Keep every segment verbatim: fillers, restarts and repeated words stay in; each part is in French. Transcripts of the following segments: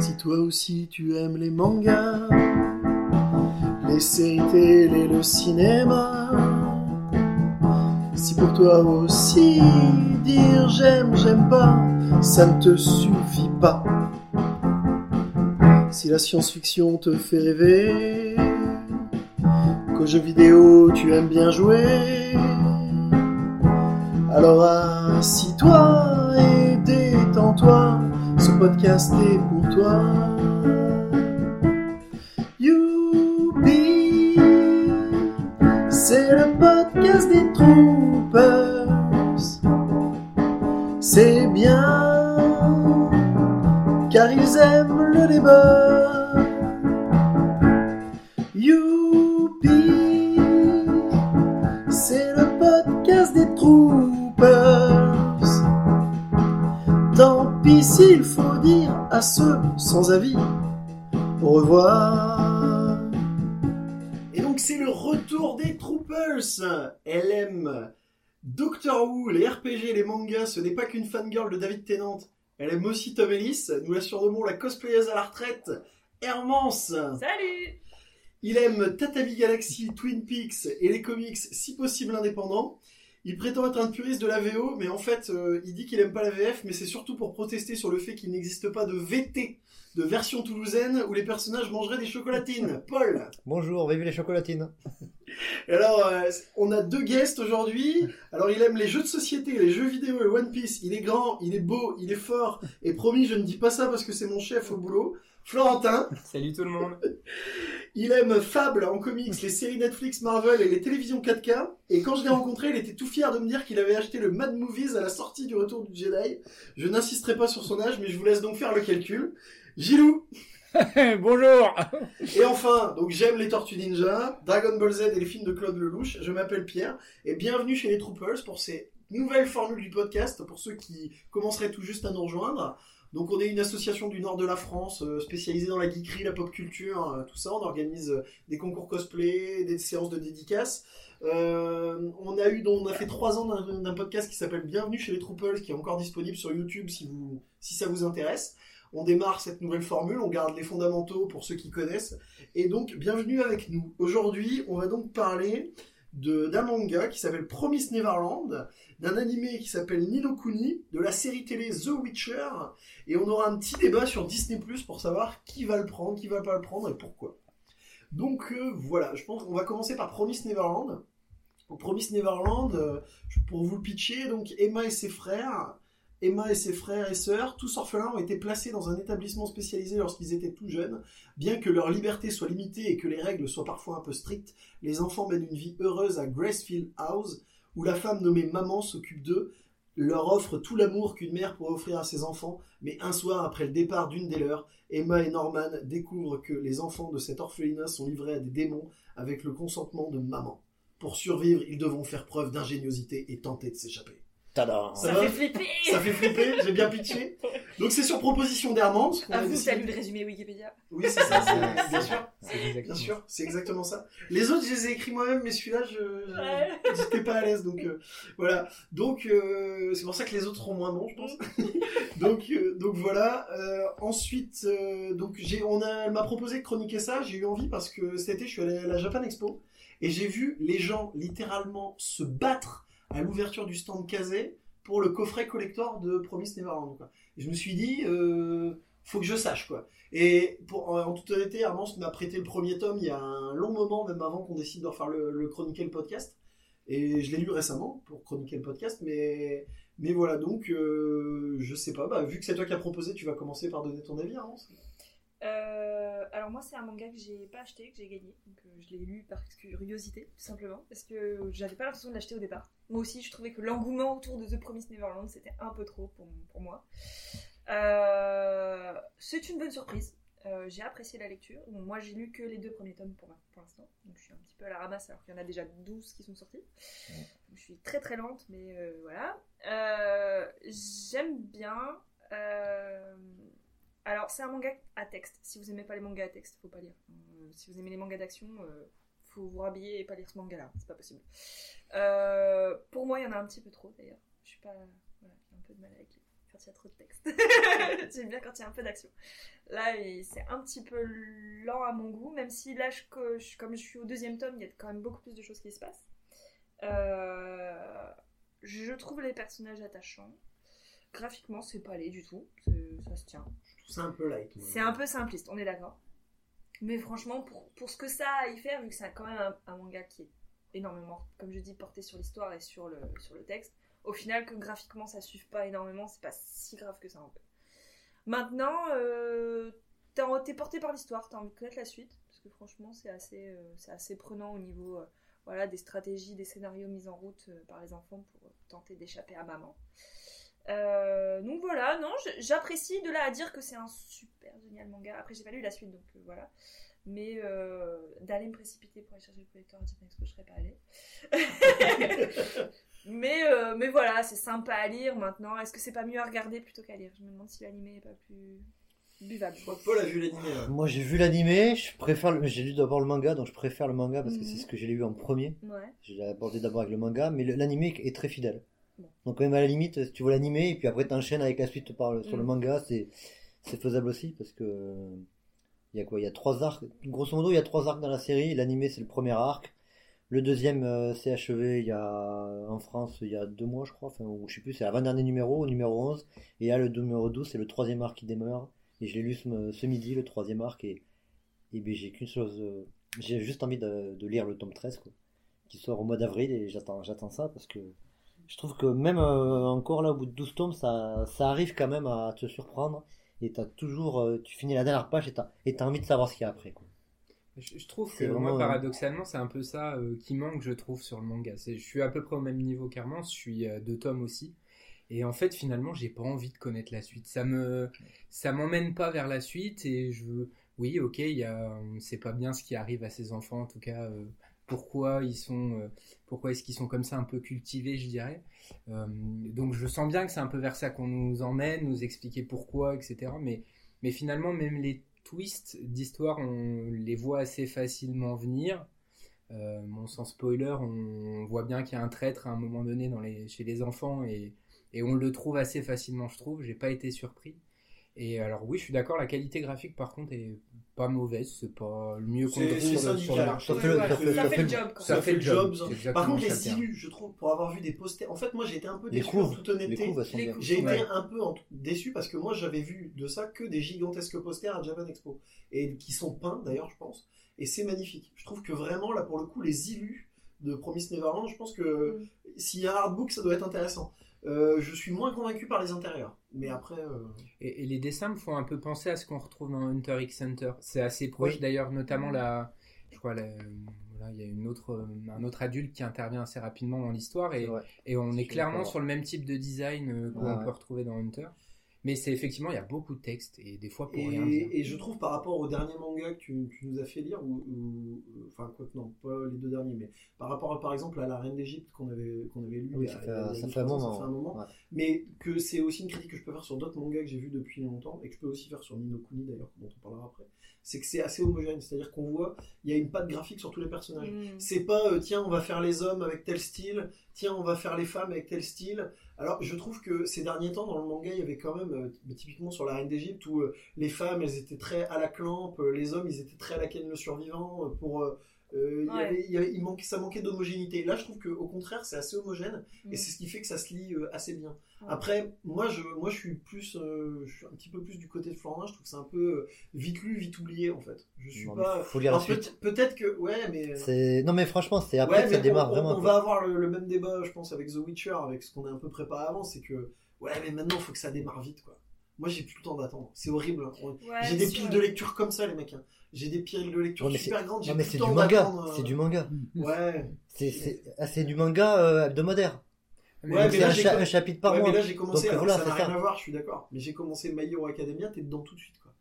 Si toi aussi tu aimes les mangas, les séries télé, le cinéma, si pour toi aussi dire j'aime, j'aime pas, ça ne te suffit pas. Si la science-fiction te fait rêver, qu'aux jeux vidéo tu aimes bien jouer, alors assis-toi et détends-toi, ce podcast est pour toi. Youpi, c'est le podcast des Troopers. C'est bien, car ils aiment le débat. Youpi, c'est le podcast des Troopers. Tant pis s'il faut dire à ceux sans avis au revoir. Et donc c'est le retour des Troopers. Elle aime Doctor Who, les R P G, les mangas. Ce n'est pas qu'une fangirl de David Tennant. Elle aime aussi Tom Ellis. Nous la surnommons la cosplayeuse à la retraite, Hermance. Salut. Il aime Tatami Galaxy, Twin Peaks et les comics, si possible indépendants. Il prétend être un puriste de la V O, mais en fait, euh, il dit qu'il aime pas la V F, mais c'est surtout pour protester sur le fait qu'il n'existe pas de V T, de version toulousaine, où les personnages mangeraient des chocolatines. Paul. Bonjour, vive les chocolatines. Et alors, euh, on a deux guests aujourd'hui. Alors, il aime les jeux de société, les jeux vidéo et One Piece. Il est grand, il est beau, il est fort. Et promis, je ne dis pas ça parce que c'est mon chef au boulot. Florentin. Salut tout le monde. Il aime Fable en comics, les séries Netflix, Marvel et les télévisions quatre K. Et quand je l'ai rencontré, il était tout fier de me dire qu'il avait acheté le Mad Movies à la sortie du Retour du Jedi. Je n'insisterai pas sur son âge, mais je vous laisse donc faire le calcul. Gilou. Bonjour. Et enfin, donc j'aime les Tortues Ninja, Dragon Ball Z et les films de Claude Lelouch. Je m'appelle Pierre et bienvenue chez les Troopers pour ces nouvelles formules du podcast pour ceux qui commenceraient tout juste à nous rejoindre. Donc on est une association du nord de la France euh, spécialisée dans la geekerie, la pop culture, euh, tout ça. On organise euh, des concours cosplay, des séances de dédicaces. Euh, on a eu, donc, on a fait trois ans d'un, d'un podcast qui s'appelle Bienvenue chez les Troopers, qui est encore disponible sur YouTube si vous, si ça vous intéresse. On démarre cette nouvelle formule, on garde les fondamentaux pour ceux qui connaissent. Et donc bienvenue avec nous. Aujourd'hui, on va donc parler de, d'un manga qui s'appelle Promised Neverland, d'un animé qui s'appelle Ni no Kuni, de la série télé The Witcher, et on aura un petit débat sur Disney plus, pour savoir qui va le prendre, qui va pas le prendre et pourquoi. Donc euh, voilà, je pense qu'on va commencer par Promised Neverland. Pour Promised Neverland, euh, pour vous le pitcher, donc Emma et ses frères, Emma et ses frères et sœurs, tous orphelins, ont été placés dans un établissement spécialisé lorsqu'ils étaient tout jeunes. Bien que leur liberté soit limitée et que les règles soient parfois un peu strictes, les enfants mènent une vie heureuse à Gracefield House, où la femme nommée Maman s'occupe d'eux, leur offre tout l'amour qu'une mère pourrait offrir à ses enfants, mais un soir après le départ d'une des leurs, Emma et Norman découvrent que les enfants de cet orphelinat sont livrés à des démons avec le consentement de Maman. Pour survivre, ils devront faire preuve d'ingéniosité et tenter de s'échapper. Tada. Ça, Ça fait va flipper. Ça fait flipper, j'ai bien pitché. Donc c'est sur proposition d'Hermance. qu'on Ah a vous, décidé- t'as lu le résumé Wikipédia. Oui, c'est ça, c'est... bien sûr. C'est exactement. Bien sûr, c'est exactement ça. Les autres, je les ai écrits moi-même, mais celui-là, je, je... Ouais. j'étais pas à l'aise, donc euh, voilà. Donc euh, c'est pour ça que les autres seront moins bons, je pense. donc euh, donc voilà. Euh, ensuite, euh, donc j'ai, on a, elle m'a proposé de chroniquer ça. J'ai eu envie parce que cet été, je suis allé à la Japan Expo et j'ai vu les gens littéralement se battre à l'ouverture du stand Kazé pour le coffret collector de Promised Neverland, quoi. Et je me suis dit, euh, faut que je sache, quoi. Et pour, en toute honnêteté, Hermance m'a prêté le premier tome il y a un long moment, même avant qu'on décide de refaire le, le chroniquer le podcast. Et je l'ai lu récemment pour chroniquer le podcast, mais, mais voilà, donc, euh, je sais pas, bah, vu que c'est toi qui as proposé, tu vas commencer par donner ton avis, Hermance. Euh, alors moi c'est un manga que j'ai pas acheté, que j'ai gagné, donc euh, je l'ai lu par curiosité tout simplement, parce que j'avais pas l'impression de l'acheter au départ. Moi aussi je trouvais que l'engouement autour de The Promised Neverland c'était un peu trop pour, pour moi. Euh, c'est une bonne surprise, euh, j'ai apprécié la lecture. Bon, moi j'ai lu que les deux premiers tomes pour, pour l'instant, donc je suis un petit peu à la ramasse alors qu'il y en a déjà douze qui sont sortis. Donc, je suis très très lente, mais euh, voilà. Euh, j'aime bien... Euh, Alors, c'est un manga à texte. Si vous aimez pas les mangas à texte, faut pas lire. Euh, si vous aimez les mangas d'action, euh, faut vous rhabiller et pas lire ce manga-là. C'est pas possible. Euh, pour moi, il y en a un petit peu trop, d'ailleurs. Je suis pas... Voilà, j'ai un peu de mal avec les... quand il y a trop de texte. J'aime bien quand il y a un peu d'action. Là, c'est un petit peu lent à mon goût, même si là, je, je, comme je suis au deuxième tome, il y a quand même beaucoup plus de choses qui se passent. Euh, je trouve les personnages attachants. Graphiquement, c'est pas laid du tout. C'est, ça se tient. Je trouve ça un peu light. C'est un peu simpliste, on est d'accord. Mais franchement, pour, pour ce que ça a à y faire, vu que c'est quand même un, un manga qui est énormément, comme je dis, porté sur l'histoire et sur le, sur le texte, au final, que graphiquement ça suive pas énormément, c'est pas si grave que ça en fait. Maintenant, euh, t'es porté par l'histoire, t'as envie de connaître la suite, parce que franchement, c'est assez, euh, c'est assez prenant au niveau euh, voilà, des stratégies, des scénarios mis en route euh, par les enfants pour tenter d'échapper à maman. Euh, donc voilà, non, j'apprécie de là à dire que c'est un super génial manga. Après, j'ai pas lu la suite, donc euh, voilà. Mais euh, d'aller me précipiter pour aller chercher le collector à Japan Expo, je serais pas allée. mais, euh, mais voilà, c'est sympa à lire maintenant. Est-ce que c'est pas mieux à regarder plutôt qu'à lire? Je me demande si l'animé est pas plus buvable. Je crois que Paul a vu l'animé. Là. Moi j'ai vu l'animé, je préfère le... j'ai lu d'abord le manga, donc je préfère le manga parce que mmh. c'est ce que j'ai lu en premier. Ouais. J'ai abordé d'abord avec le manga, mais l'animé est très fidèle. Bon. Donc même à la limite, si tu vois l'animé et puis après t'enchaînes avec la suite par le... sur mmh. le manga, c'est c'est faisable aussi parce que il y a quoi, il y a trois arcs. Grosso modo, il y a trois arcs dans la série. L'animé c'est le premier arc. Le deuxième euh, s'est achevé il y a en France il y a deux mois je crois, enfin ou je sais plus, c'est l'avant-dernier numéro, numéro onze. Et là le numéro douze c'est le troisième arc qui démarre. Et je l'ai lu ce, ce midi, le troisième arc, et, et ben, j'ai qu'une chose, euh, j'ai juste envie de, de lire le tome treize, quoi, qui sort au mois d'avril, et j'attends, j'attends ça, parce que je trouve que même euh, encore là, au bout de douze tomes, ça, ça arrive quand même à te surprendre, et t'as toujours, euh, tu finis la dernière page, et t'as, et t'as envie de savoir ce qu'il y a après, quoi. Je, je trouve que C'est vraiment, moi, paradoxalement, c'est un peu ça euh, qui manque, je trouve, sur le manga. C'est, je suis à peu près au même niveau qu'Armand, je suis euh, deux tomes aussi. Et en fait, finalement, j'ai pas envie de connaître la suite. Ça me, ça m'emmène pas vers la suite. Et je veux, oui, ok, il y a, on sait pas bien ce qui arrive à ces enfants. En tout cas, euh, pourquoi ils sont, euh, pourquoi est-ce qu'ils sont comme ça, un peu cultivés, je dirais. Euh, donc, je sens bien que c'est un peu vers ça qu'on nous emmène, nous expliquer pourquoi, et cetera. Mais, mais finalement, même les twists d'histoire, on les voit assez facilement venir. Euh, bon, sans spoiler, on voit bien qu'il y a un traître à un moment donné dans les, chez les enfants et Et on le trouve assez facilement, je trouve. J'ai pas été surpris. Et alors oui, je suis d'accord, la qualité graphique par contre est pas mauvaise. C'est pas le mieux qu'on C'est- trouve c'est sur syndical. le marché. Ça fait le- Ouais, ça fait- ça ça fait fait le le- job. quoi. Ça fait le job. C'est C'est exactement Par contre, les ça, illus, je trouve, pour avoir vu des posters, en fait, moi j'ai été un peu Les déçu en couves, toute les honnêteté. couves, elles sont Les bien. couves. J'ai été Ouais. un peu en- déçu parce que moi j'avais vu de ça que des gigantesques posters à Japan Expo et qui sont peints d'ailleurs, je pense. Et c'est magnifique. Je trouve que vraiment là pour le coup les illus de Promised Neverland, je pense que Mm. s'il y a un artbook, ça doit être intéressant. Euh, je suis moins convaincu par les intérieurs, mais après. euh, Et, et les dessins me font un peu penser à ce qu'on retrouve dans Hunter x Hunter. C'est assez proche Oui. d'ailleurs, notamment la, je crois, la- voilà, il y a une autre, un autre adulte qui intervient assez rapidement dans l'histoire et, C'est vrai. et on Je est suis clairement d'accord. sur le même type de design euh, qu'on Ouais, ouais. peut retrouver dans Hunter. Mais c'est effectivement, il y a beaucoup de textes et des fois pour rien dire. Et, et je trouve par rapport au dernier manga que tu, tu nous as fait lire, ou, ou- enfin quoi que non, pas les deux derniers, mais par rapport à, par exemple à la Reine d'Égypte qu'on avait, qu'on avait lu Oui, il y a- ça il y a- fait, il y a ça deux, fait un trois ans, moment. ça fait un moment. Ouais. Mais que c'est aussi une critique que je peux faire sur d'autres mangas que j'ai vus depuis longtemps et que je peux aussi faire sur Ni no Kuni d'ailleurs, dont on parlera après. C'est que c'est assez homogène, c'est-à-dire qu'on voit, il y a une patte graphique sur tous les personnages. Mm. C'est pas euh, tiens on va faire les hommes avec tel style, tiens on va faire les femmes avec tel style. Alors je trouve que ces derniers temps dans le manga il y avait quand même euh, typiquement sur la Reine d'Égypte où euh, les femmes elles étaient très à la Clamp, euh, les hommes ils étaient très à la Ken le Survivant euh, pour euh, euh, il y Ouais. avait- il y avait- il manquait, ça manquait d'homogénéité. Là je trouve que au contraire c'est assez homogène Mm. et c'est ce qui fait que ça se lit euh, assez bien. Ouais. Après moi je moi je suis plus euh, je suis un petit peu plus du côté de Florin, je trouve que c'est un peu euh, vite lu vite oublié en fait. Je suis Non, mais pas faut lire la alors, peut- suite. peut-être que ouais mais C'est... Non mais franchement, c'est après Ouais, que ça mais démarre on, on- vraiment. on quoi. va avoir le, le même débat, je pense, avec The Witcher, avec ce qu'on a un peu préparé avant, c'est que ouais, mais maintenant, il faut que ça démarre vite, quoi. Moi, j'ai plus le temps d'attendre. C'est horrible. hein. On- Ouais, j'ai des c'est piles vrai. de lecture comme ça, les mecs. hein. J'ai des piles de lecture Ouais, mais super grandes. J'ai Non mais plus c'est le du temps manga, d'attendre, euh, c'est du manga. Ouais. C'est, c'est... Ah, c'est du manga euh, hebdomadaire. Ouais, Donc mais c'est là, un, j'ai cha- com- un chapitre par ouais, mois. mais là, j'ai commencé. Donc, alors, voilà, ça n'a c'est rien ça. à voir, je suis d'accord. Mais j'ai commencé My Hero Academia, t'es dedans tout de suite, quoi.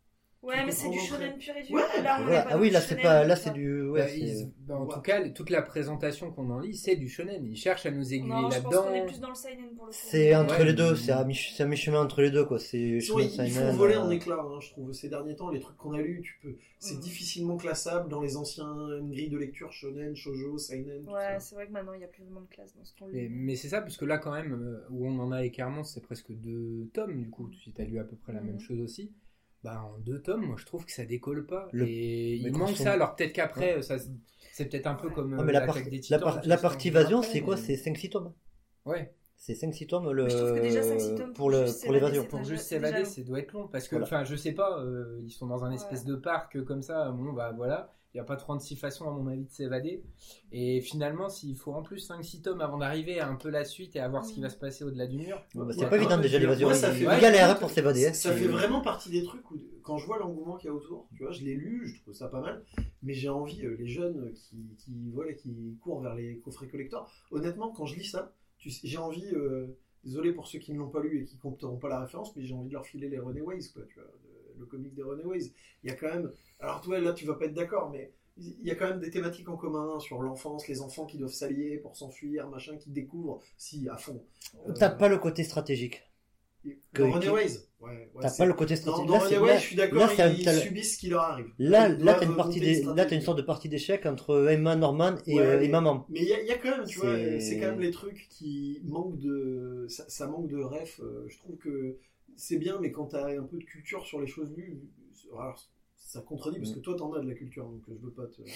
Ouais, tu mais c'est du comprends shonen pur et dur. Ouais, là, on Voilà. est pas Ah dans oui, du là c'est shonen, pas, là ça. c'est du, ouais, Bah, c'est- ils- bah, en Ouais. tout cas, toute la présentation qu'on en lit, c'est du shonen. Ils cherchent à nous aiguiller Non, je pense là-dedans. qu'on est plus dans le seinen pour le coup. c'est entre Ouais. les deux, c'est à mi, c'est à mi-chemin entre les deux quoi. C'est Sinon, shonen ils, ils font seinen, voler euh, en éclats, hein, je trouve. Ces derniers temps, les trucs qu'on a lus, tu peux, c'est Mm. difficilement classable dans les anciennes grilles de lecture shonen, shoujo, seinen. tout Ouais, ça. c'est vrai que maintenant il n'y a plus vraiment de classe dans ce qu'on Mais, lit. mais c'est ça, parce que là, quand même, euh, où on en a écartement, c'est presque deux tomes, du coup, si t'as lu à peu près la Mhm. même chose aussi. Bah, en deux tomes, moi, je trouve que ça décolle pas. Le- Et mais il quand manque on- ça, alors peut-être qu'après, ça, c'est peut-être un peu Ouais. comme Ah, euh, mais la, l'attaque par- des la, Titans. par- tout la ça, partie on verra évasion, après, c'est quoi? mais- C'est cinq six tomes. Ouais, C'est cinq six tomes le... Mais je trouve que déjà cinq six tomes pour, le, juste pour l'évasion. s'évader, pour déjà- juste c'est déjà s'évader, long. ça doit être long. Parce que, Voilà. enfin, je sais pas, euh, ils sont dans un espèce Ouais. de parc comme ça. Bon, bah voilà, il n'y a pas trente-six façons, à mon avis, de s'évader. Et finalement, s'il faut en plus cinq six tomes avant d'arriver à un peu la suite et à voir ce qui va se passer au-delà du mur. Bah, c'est Ouais, pas évident ouais, déjà ouais, l'évasion. ça Il fait- il ouais, galère écoute, pour s'évader. hein. Ça C'est- fait vraiment partie des trucs où, quand je vois l'engouement qu'il y a autour, tu vois, je l'ai lu, je trouve ça pas mal, mais j'ai envie, euh, les jeunes qui, qui, voilà, qui courent vers les coffrets collector, honnêtement, quand je lis ça, tu sais, j'ai envie, euh, désolé pour ceux qui ne l'ont pas lu et qui ne comprendront pas la référence, mais j'ai envie de leur filer les Runaways, quoi, tu vois, le, le comic des Runaways. Il y a quand même, alors toi, là, tu vas pas être d'accord, mais il y a quand même des thématiques en commun sur l'enfance, les enfants qui doivent s'allier pour s'enfuir, machin, qui découvrent, si, à fond. Euh, T'as pas le côté stratégique. que- Dans Runaways, ouais, ouais, T'as c'est- pas le côté Dans, stratégique. dans Là, c'est- Runaways, là- je suis d'accord, là, c'est un- ils, t'as le- subissent ce qui leur arrive. Là, Ils là, doivent t'as une partie monter des, une là, t'as une stratégie. sorte de partie d'échec entre Emma, Norman et, Ouais, euh, mais- et maman. Mais il y, a- il y a quand même, tu vois, C'est- c'est quand même les trucs qui manquent de. Ça, ça manque de ref. euh, Je trouve que c'est bien, mais quand t'as un peu de culture sur les choses lues. Alors, ça contredit parce que toi t'en as de la culture, donc je veux pas te.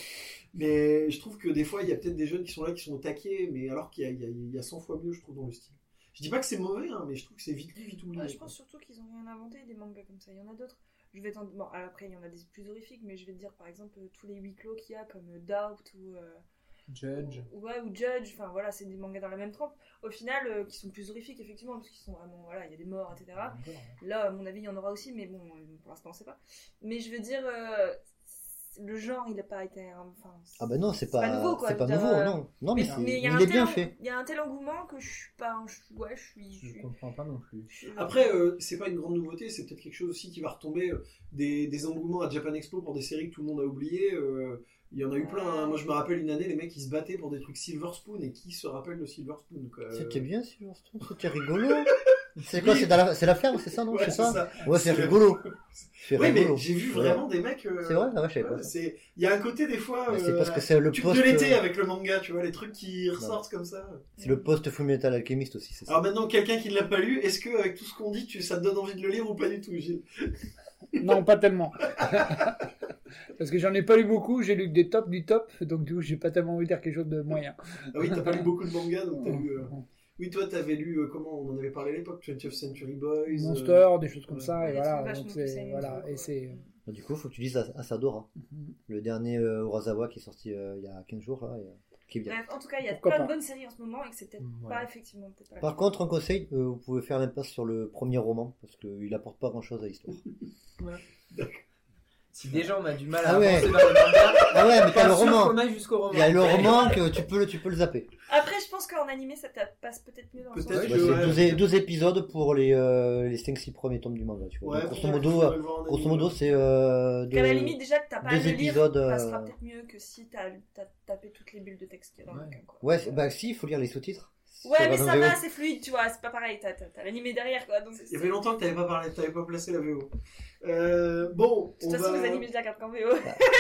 Mais je trouve que des fois, il y a peut-être des jeunes qui sont là qui sont au taquet, mais alors qu'il y a, il y a- il y a cent fois mieux, je trouve, dans le style. Je dis pas que c'est mauvais, hein, mais je trouve que c'est vite lu, vite oublié. Ouais, je quoi. pense surtout qu'ils ont rien inventé des mangas comme ça. Il y en a d'autres. Je vais t'en... Bon, après, il y en a des plus horrifiques, mais je vais te dire par exemple euh, tous les huis clos qu'il y a comme euh, Doubt ou. euh, Judge. ou- Ouais, ou Judge. Enfin voilà, c'est des mangas dans la même trempe. Au final, euh, qui sont plus horrifiques, effectivement, parce qu'ils sont vraiment. Voilà, il y a des morts, et cetera. Là, à mon avis, il y en aura aussi, mais bon, euh, pour l'instant, on sait pas. Mais je veux dire, euh, le genre, il a pas été. Enfin, Ah bah non, c'est pas, pas nouveau, quoi, c'est pas je veux nouveau, dire, euh, non. Non, mais, mais c'est- mais il y a il un est tel bien en- fait. Il y a un tel engouement que je suis pas. je- Ouais, je suis. je Je suis- comprends pas non plus. je- Après, euh, c'est pas une grande nouveauté, c'est peut-être quelque chose aussi qui va retomber. euh, des, des engouements à Japan Expo pour des séries que tout le monde a oubliées. euh, Il y en a eu plein. hein. Moi, je me rappelle une année, les mecs ils se battaient pour des trucs Silver Spoon, et qui se rappelle de Silver Spoon quoi. C'était bien, Silverstone, c'était rigolo. C'est quoi, c'est dans la, c'est la ferme, c'est ça, non? Ouais, c'est c'est ça? ça. Ouais, c'est C'est- rigolo. C'est Oui, mais rigolo. j'ai vu Voilà. vraiment des mecs. euh, C'est vrai? Ah ouais, je savais ouais, pas. c'est- Il y a un côté des fois. Mais c'est euh, parce que c'est le truc post, de l'été euh, avec le manga, tu vois, les trucs qui ressortent comme ça. c'est le post Full Metal Alchemist aussi, c'est ça. Alors maintenant, quelqu'un qui ne l'a pas lu, est-ce que avec tout ce qu'on dit, tu, ça te donne envie de le lire ou pas du tout, Gilles? Non, pas tellement. Parce que j'en ai pas lu beaucoup, j'ai lu que des tops du top, donc du coup j'ai pas tellement envie de dire quelque chose de moyen. Ah oui, t'as pas lu beaucoup de mangas, donc t'as lu. euh, Oui, toi, t'avais lu, euh, comment on en avait parlé à l'époque, twentieth Century Boys. euh, Monster, des choses comme ouais. ça, et Ouais, voilà. des trucs Donc vachement plus c'est, seinen, voilà, quoi, et ouais. c'est. Bah, du coup, faut que tu lises As- Asadora, le dernier euh, Urasawa qui est sorti euh, il y a quinze jours, là, et, euh, qui est bien. Bref, en tout cas, il y a Pourquoi plein pas. de bonnes séries en ce moment et que c'est peut-être Ouais. pas effectivement. Peut-être pas la Par contre, un conseil, euh, vous pouvez faire l'impasse sur le premier roman, parce qu'il apporte pas grand chose à l'histoire. Si déjà on a du mal à Ah ouais. avancer dans le manga, Ah ouais, mais t'as pas le sûr roman. qu'on aille jusqu'au roman. Il y a le roman que tu peux le, tu peux le zapper. Après, je pense qu'en animé, ça te passe peut-être mieux dans le Peut-être sens que- où- Ouais, ouais. c'est douze, douze épisodes pour les, euh, les cinq six premiers tomes du manga, tu vois. Ouais, Donc, grosso peut-être modo, qu'il faudrait euh, le voir en grosso animé. modo, c'est euh, de- Qu'à la limite, déjà que t'as pas à deux le lire, épisodes, ça euh, passera peut-être mieux que si t'as t'as tapé toutes les bulles de texte qu'il y a dans le Ouais. bouquin, quoi. Ouais, c'est- bah si, il faut lire les sous-titres. Ouais, Sur mais la ça V O. va, c'est fluide, tu vois, c'est pas pareil, t'as, t'as, t'as l'animé derrière, quoi. Donc, Il y avait longtemps que t'avais pas parlé, t'avais pas placé la V O. Euh, bon, de on toute façon, va... les animés, je les regarde qu'en V O.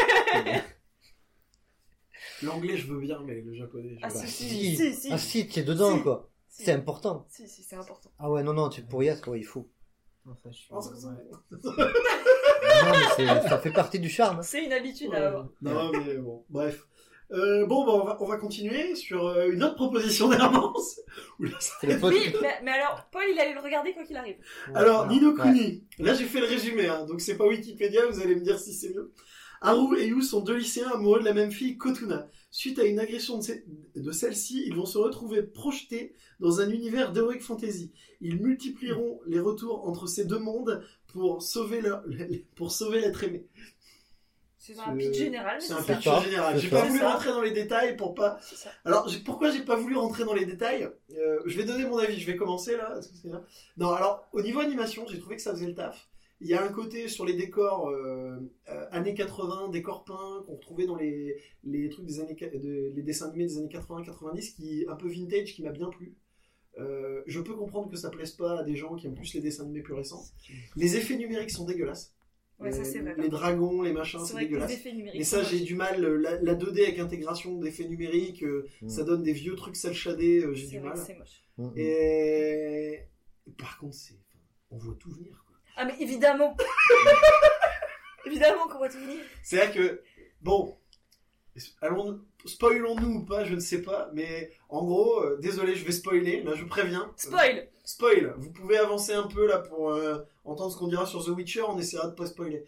L'anglais, je veux bien, mais le japonais, je Ah, veux Bah, pas. si, si. si, si. Ah si, tu es dedans, Si. quoi. Si. C'est important. Si, si, c'est important. Ah ouais, non, non, tu, pour y être, ouais, il faut. Non, ça, je suis- Oh, ça, ça, ouais. Non, mais c'est- ça fait partie du charme. C'est une habitude à Ouais. avoir. Non, mais bon, bref. Euh, bon, bah, on, va, on va continuer sur euh, une autre proposition d'Hermance. Oula, ça- C'est le pote. Oui, mais, mais alors, Paul, il allait le regarder quoi qu'il arrive. Alors, Ouais. Nino Kuni. Là, j'ai fait le résumé, hein, donc c'est pas Wikipédia, vous allez me dire si c'est mieux. Haru et Yu sont deux lycéens amoureux de la même fille, Kotuna. Suite à une agression de, ce- de celle-ci, ils vont se retrouver projetés dans un univers d'heroic fantasy. Ils multiplieront les retours entre ces deux mondes pour sauver leur, pour sauver l'être aimé. C'est un C'est- pitch général, mais C'est c'est un ça. pitch ça. général. C'est J'ai ça. pas C'est voulu ça. rentrer dans les détails pour pas. C'est ça. Alors, j'ai- pourquoi j'ai pas voulu rentrer dans les détails Euh, Je vais donner mon avis. Je vais commencer là. Est-ce que c'est là Non, alors au niveau animation, j'ai trouvé que ça faisait le taf. il y a un côté sur les décors euh, euh, années quatre-vingts, décors peints qu'on retrouvait dans les, les trucs des années, de, les dessins animés des années quatre-vingts quatre-vingt-dix, qui un peu vintage, qui m'a bien plu. Euh, je peux comprendre que ça plaise pas à des gens qui aiment plus les dessins animés plus récents. Les effets numériques sont dégueulasses. Ouais, ça, c'est vrai. Les dragons, les machins, C'est c'est vrai que dégueulasse. les effets numériques. Et ça, sont j'ai moches. du mal. La, la deux D avec intégration d'effets numériques, euh, Mm. ça donne des vieux trucs cel shadés, euh, j'ai C'est du vrai mal. que c'est moche. Mm. Et par contre, c'est, enfin, on voit tout venir, quoi. Ah, mais évidemment Évidemment qu'on voit tout venir. C'est-à-dire que, bon, allons, spoilons-nous ou pas, je ne sais pas, mais en gros, euh, désolé, je vais spoiler, là je préviens. Spoil Spoil, vous pouvez avancer un peu là pour euh, entendre ce qu'on dira sur The Witcher, on essaiera de pas spoiler.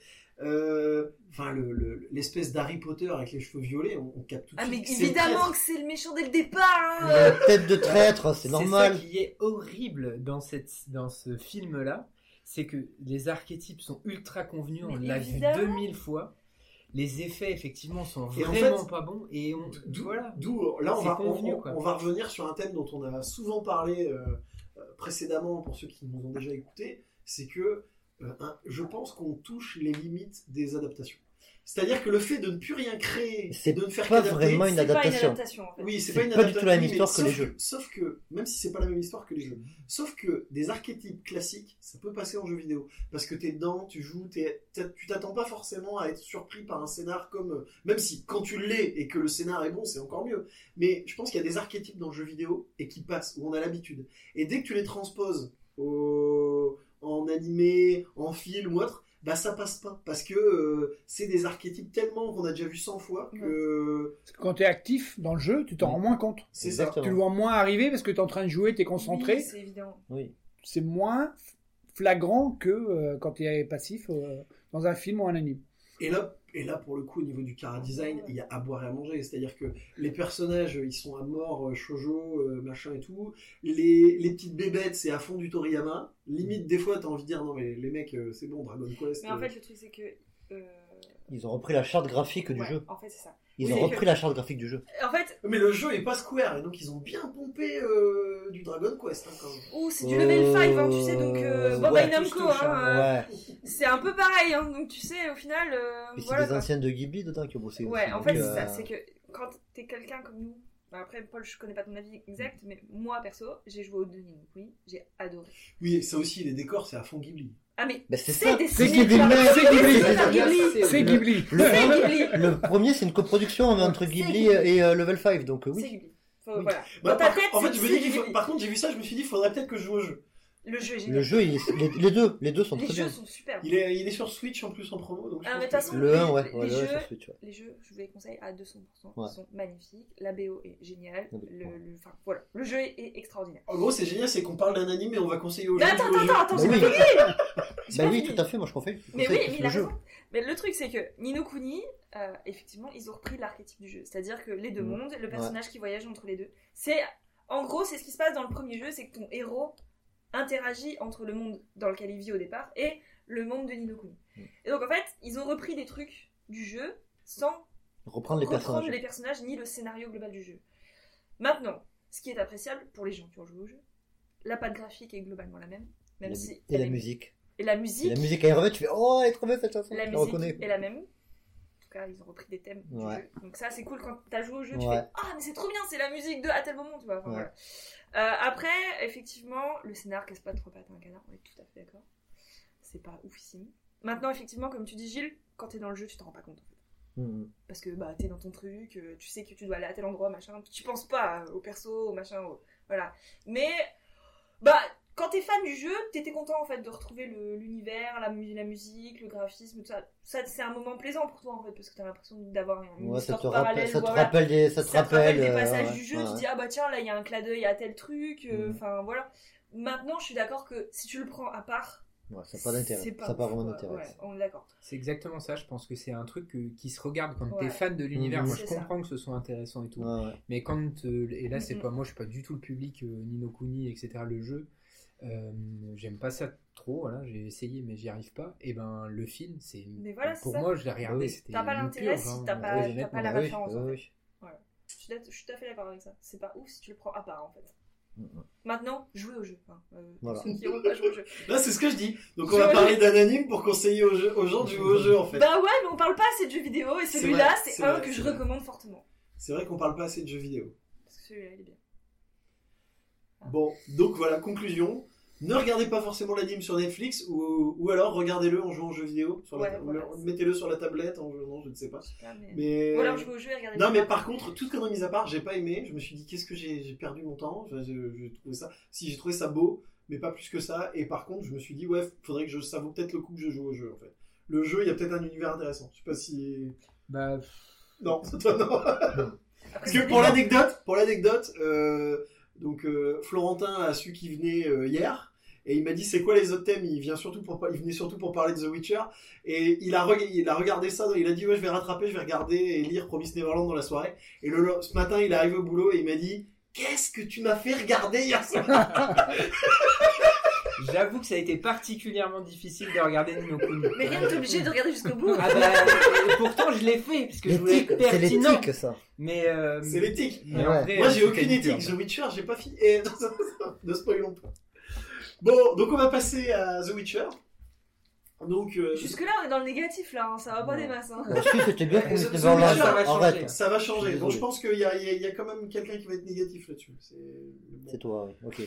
Euh, Enfin, le, le- l'espèce d'Harry Potter avec les cheveux violets, on, on capte tout de Ah, mais suite que c'est le évidemment traître. que c'est le méchant dès le départ hein. La tête de traître, c'est normal. C'est ça qui est horrible dans, cette, dans ce film-là, c'est que les archétypes sont ultra convenus, on Mais l'a vu évidemment. deux mille fois. Les effets, effectivement, sont Et en vraiment fait, pas bons. Et on, D'où, voilà. d'où- là, on C'est va, convenu, on, quoi. on va revenir sur un thème dont on a souvent parlé euh, euh, précédemment pour ceux qui nous ont déjà écoutés, c'est que euh, un- je pense qu'on touche les limites des adaptations. C'est-à-dire que le fait de ne plus rien créer, C'est de ne faire pas qu'adapter, vraiment une C'est pas une adaptation. adaptation en fait. oui, c'est C'est pas une pas du tout la même adaptation, histoire que mais les sauf jeux. Sauf que, même si c'est pas la même histoire que les jeux, sauf que des archétypes classiques, ça peut passer en jeu vidéo. Parce que t'es dedans, tu joues, t'es, t'as- tu t'attends pas forcément à être surpris par un scénar comme... euh, Même si, quand tu l'es et que le scénar est bon, c'est encore mieux. Mais je pense qu'il y a des archétypes dans le jeu vidéo et qui passent, où on a l'habitude. Et dès que tu les transposes au... en animé, en film ou autre, bah ça passe pas. Parce que euh, c'est des archétypes tellement qu'on a déjà vu cent fois que... Parce que quand tu es actif dans le jeu, tu t'en Oui. rends moins compte. C'est ça. Exactement. Tu le vois moins arriver parce que tu es en train de jouer, tu es concentré. Oui, c'est évident. Oui. C'est moins flagrant que euh, quand tu es passif euh, dans un film ou un anime. Et là, et là, pour le coup, au niveau du chara-design, il y a à boire et à manger. C'est-à-dire que les personnages, ils sont à mort, euh, shoujo, euh, machin et tout. Les, les petites bébêtes, c'est à fond du Toriyama. Limite, des fois, t'as envie de dire, non mais les mecs, euh, c'est bon, Dragon Quest. Mais en euh, fait, le truc, c'est que. euh, Ils ont repris la charte graphique du ouais, jeu. En fait, c'est ça. Ils Oui, ont c'est repris que- la charte graphique du jeu. En fait, Mais le jeu est pas Square, et donc ils ont bien pompé euh, du Dragon Quest, hein, quand même. oh, c'est du level cinq, hein, tu sais, donc. Euh, Euh, Bandai ouais, Namco, touche, touche, hein, euh, Ouais. c'est un peu pareil, hein, donc tu sais, au final. Euh, Et c'est voilà, des quoi. anciennes de Ghibli dedans qui ont bossé. Ouais, aussi, en donc, fait, c'est euh, ça. C'est que quand t'es quelqu'un comme nous. Bah, après, Paul, je connais pas ton avis exact, mais moi, perso, j'ai joué au deux Nino Kuni, j'ai adoré. Oui, et ça aussi, les décors, c'est à fond Ghibli. Ah, mais Bah, c'est c'est ça. des C'est ciné- Ghibli, par- c'est Ghibli. c'est par Ghibli. C'est Ghibli. Le, C'est Ghibli. le premier, c'est une coproduction entre C'est Ghibli Ghibli. et euh, Level cinq, donc euh, C'est oui. Ghibli. Faut- Oui. Voilà. Bah, Dans ta par, tête, en fait, c'est- je me c'est dis qu'il faut- Ghibli. par contre, j'ai vu ça, je me suis dit, il faudrait peut-être que je joue au jeu. Le jeu est génial. Le jeu, il est- les, les deux, les deux sont Les très jeux bien. sont superbes. Il est, il est sur Switch en plus en promo, donc je Ah, pense mais de que toute façon, je- Le un, ouais, les ouais, le un jeux- sur Switch, ouais. Les jeux, je vous les conseille à deux cents pour cent. Ouais. Ils sont magnifiques. La B O est géniale. La B O, Le, ouais. le- enfin, voilà. Le jeu est, est extraordinaire. En gros, c'est génial, c'est qu'on parle d'un anime et on va conseiller aux Mais gens. attends, de jouer au attends, jeu. attends, attends, Bah j'ai oui. pas fini. J'ai Bah pas oui, fini. tout à fait, moi je confie. Mais oui, mais il a le jeu. raison. Mais le truc, c'est que Nino Kuni, euh, effectivement, ils ont repris l'archétype du jeu. C'est-à-dire que les deux Mm. mondes, le personnage qui voyage entre les deux. C'est, en gros, c'est ce qui se passe dans le premier jeu, c'est que ton héros interagit entre le monde dans lequel il vit au départ et le monde de Nino Kuni. Mm. Et donc, en fait, ils ont repris des trucs du jeu sans Reprendre les reprendre personnages. les personnages ni le scénario global du jeu. Maintenant, ce qui est appréciable pour les gens qui ont joué au jeu, la patte graphique est globalement la même, même La- si Et elle la est- musique. et la Et musique, la musique, quand elle revient, tu fais oh, elle est trop belle cette chanson. la Je musique reconnais. est la même. En tout cas, ils ont repris des thèmes Ouais. du jeu. Donc ça, c'est cool quand t'as joué au jeu, tu Ouais. fais ah mais c'est trop bien, c'est la musique de à tel moment, tu vois. Enfin, Ouais. voilà. Euh, après, effectivement, le scénar casse pas trois pattes à un canard, on est tout à fait d'accord. C'est pas oufissime. Maintenant, effectivement, comme tu dis Gilles, quand t'es dans le jeu, tu t'en rends pas compte en fait. Mhm. Parce que bah t'es dans ton truc, euh, tu sais que tu dois aller à tel endroit, machin, tu penses pas euh, au perso, au machin, au- voilà. Mais bah quand t'es fan du jeu, t'étais content en fait de retrouver le- l'univers, la, mu- la musique, le graphisme, tout ça. Ça c'est un moment plaisant pour toi en fait parce que t'as l'impression d'avoir une Ouais, ça histoire te rappelle, parallèle. ça te voilà. rappelle des, ça te Ça te rappelle des euh, passages ouais, du jeu, ouais, tu te ouais. dis ah bah tiens là il y a un clin d'œil à tel truc, euh, Mhm. enfin voilà. Maintenant je suis d'accord que si tu le prends à part, Ouais, ça n'a pas d'intérêt. c'est pas Ça n'a pas ouf, vraiment quoi. d'intérêt. Ouais, on est d'accord. C'est exactement ça, je pense que c'est un truc que- qui se regarde quand Ouais. t'es fan de l'univers. Mhm. Moi je C'est ça. comprends que ce soit intéressant et tout. Ouais, ouais. Mais quand, euh, et là c'est Mhm. pas moi, je suis pas du tout le public euh, Nino Kuni, et cetera. Le jeu, euh, j'aime pas ça trop. Voilà, j'ai essayé mais j'y arrive pas. Et ben le film, c'est Mais voilà, c'est pour ça. moi je l'ai regardé, Oui. c'était T'as pas une l'intérêt purge, si hein. t'as pas- Ouais, t'as pas Bah la oui, référence, bah en fait. oui. Je suis, d'ac- je suis tout à fait d'accord avec ça. C'est pas ouf si tu le prends à part en fait. Maintenant, jouez au jeu. Enfin, euh, Voilà. ceux qui n'ont pas joué au jeu. Là, c'est ce que je dis. Donc, on Jouez va au parler jeu. d'anonyme pour conseiller aux, jeux- aux gens de jouer au jeu, en fait. Bah ouais, mais on parle pas assez de jeux vidéo et C'est celui-là, vrai, c'est c'est un vrai, que c'est je vrai. recommande fortement. C'est vrai qu'on parle pas assez de jeux vidéo. Parce que celui-là, il est bien. Bon, donc voilà, conclusion. Ne regardez pas forcément l'anime sur Netflix, ou, ou alors regardez-le en jouant aux jeux vidéo. Sur la- Ouais, voilà. ou Mettez-le sur la tablette en jouant, je ne sais pas. Je sais pas, mais... Mais... Ou alors jouez au jeu et regardez. Non, le mais film. par contre, toute connerie mise à part, j'ai pas aimé. Je me suis dit, qu'est-ce que j'ai j'ai perdu mon temps. Enfin, j'ai j'ai trouvé ça. Si, j'ai trouvé ça beau, mais pas plus que ça. Et par contre, je me suis dit, ouais, faudrait que je. Ça vaut peut-être le coup que je joue au jeu, en fait. Le jeu, il y a peut-être un univers intéressant. Je sais pas si. Bah, Non, c'est toi, non. Après, Parce c'est que pour bien. l'anecdote, pour l'anecdote, euh, donc euh, Florentin a su qu'il venait euh, hier. Et il m'a dit c'est quoi les autres thèmes. Il vient surtout pour il venait surtout pour parler de The Witcher et il a reg- il a regardé ça. Il a dit ouais je vais rattraper, je vais regarder et lire Promised Neverland dans la soirée. Et le ce matin il est arrivé au boulot et il m'a dit qu'est-ce que tu m'as fait regarder hier soir. j'avoue que ça a été particulièrement difficile de regarder Ni no Kuni. Mais rien ne t'est obligé de regarder jusqu'au bout. Ah bah, et pourtant je l'ai fait parce que je voulais L'éthique, être c'est pertinent. l'éthique, ça. Mais euh, C'est l'éthique. mais Ouais. en vrai, Moi euh, j'ai c'était aucune une éthique. pure. The Witcher j'ai pas fini. Et... ne spoilons pas. Bon donc on va passer à The Witcher. Donc euh, Jusque-là, on est dans le négatif là, hein, ça va pas Ouais. des masses. Hein. Bon, si, c'était bien pour The- Mister The Neverland. Witcher, ça va changer. Arrête. ça va Je changer. suis Donc je désolé. pense qu'il y a, il y a- il y a quand même quelqu'un qui va être négatif là-dessus. C'est bon. C'est toi, oui. Ok.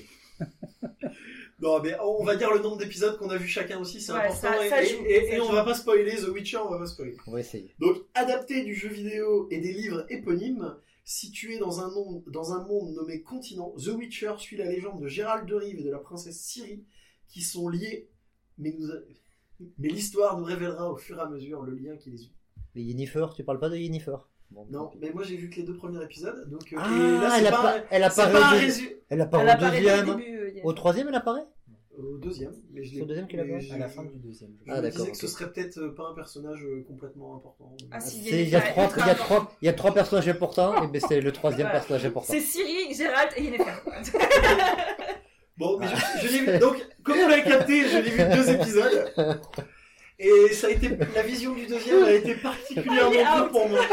Non, mais on va dire le nombre d'épisodes qu'on a vu chacun aussi, c'est Ouais, important. ça- et ça et- joue, et- ça et on joue. va pas spoiler The Witcher, on va pas spoiler. On va essayer. Donc, adapté du jeu vidéo et des livres éponymes, situé dans un, monde, dans un monde nommé Continent, The Witcher suit la légende de Gérald de Rive et de la princesse Ciri, qui sont liés, mais, nous a- mais l'histoire nous révélera au fur et à mesure le lien qui les unit. Les Yennefer, tu parles pas de Yennefer? Bon, Non, ok. mais moi j'ai vu que les deux premiers épisodes, donc euh, Ah, et là c'est elle, pas, appa- elle c'est apparaît, pas un au deux- résumé elle apparaît Elle au apparaît dès le deuxième. début. euh, Yann. Au troisième, elle apparaît? au deuxième, mais je C'est l'ai- au deuxième qu'il mais apparaît je- À la fin du deuxième. je Je Ah, me d'accord, disais que ce ok. serait peut-être euh, pas un personnage euh, complètement important. Ah, si, C'est- Il y a Yennefer, trois, il y a ultra trois, il y a trois personnages importants, et ben c'est le troisième Voilà. personnage important. C'est Ciri, Gérald et Yennefer. Bon, mais je, je l'ai vu. Donc, comme on l'a capté, je l'ai vu deux épisodes. Et ça a été, la vision du deuxième a été particulièrement Il est dure out. pour moi.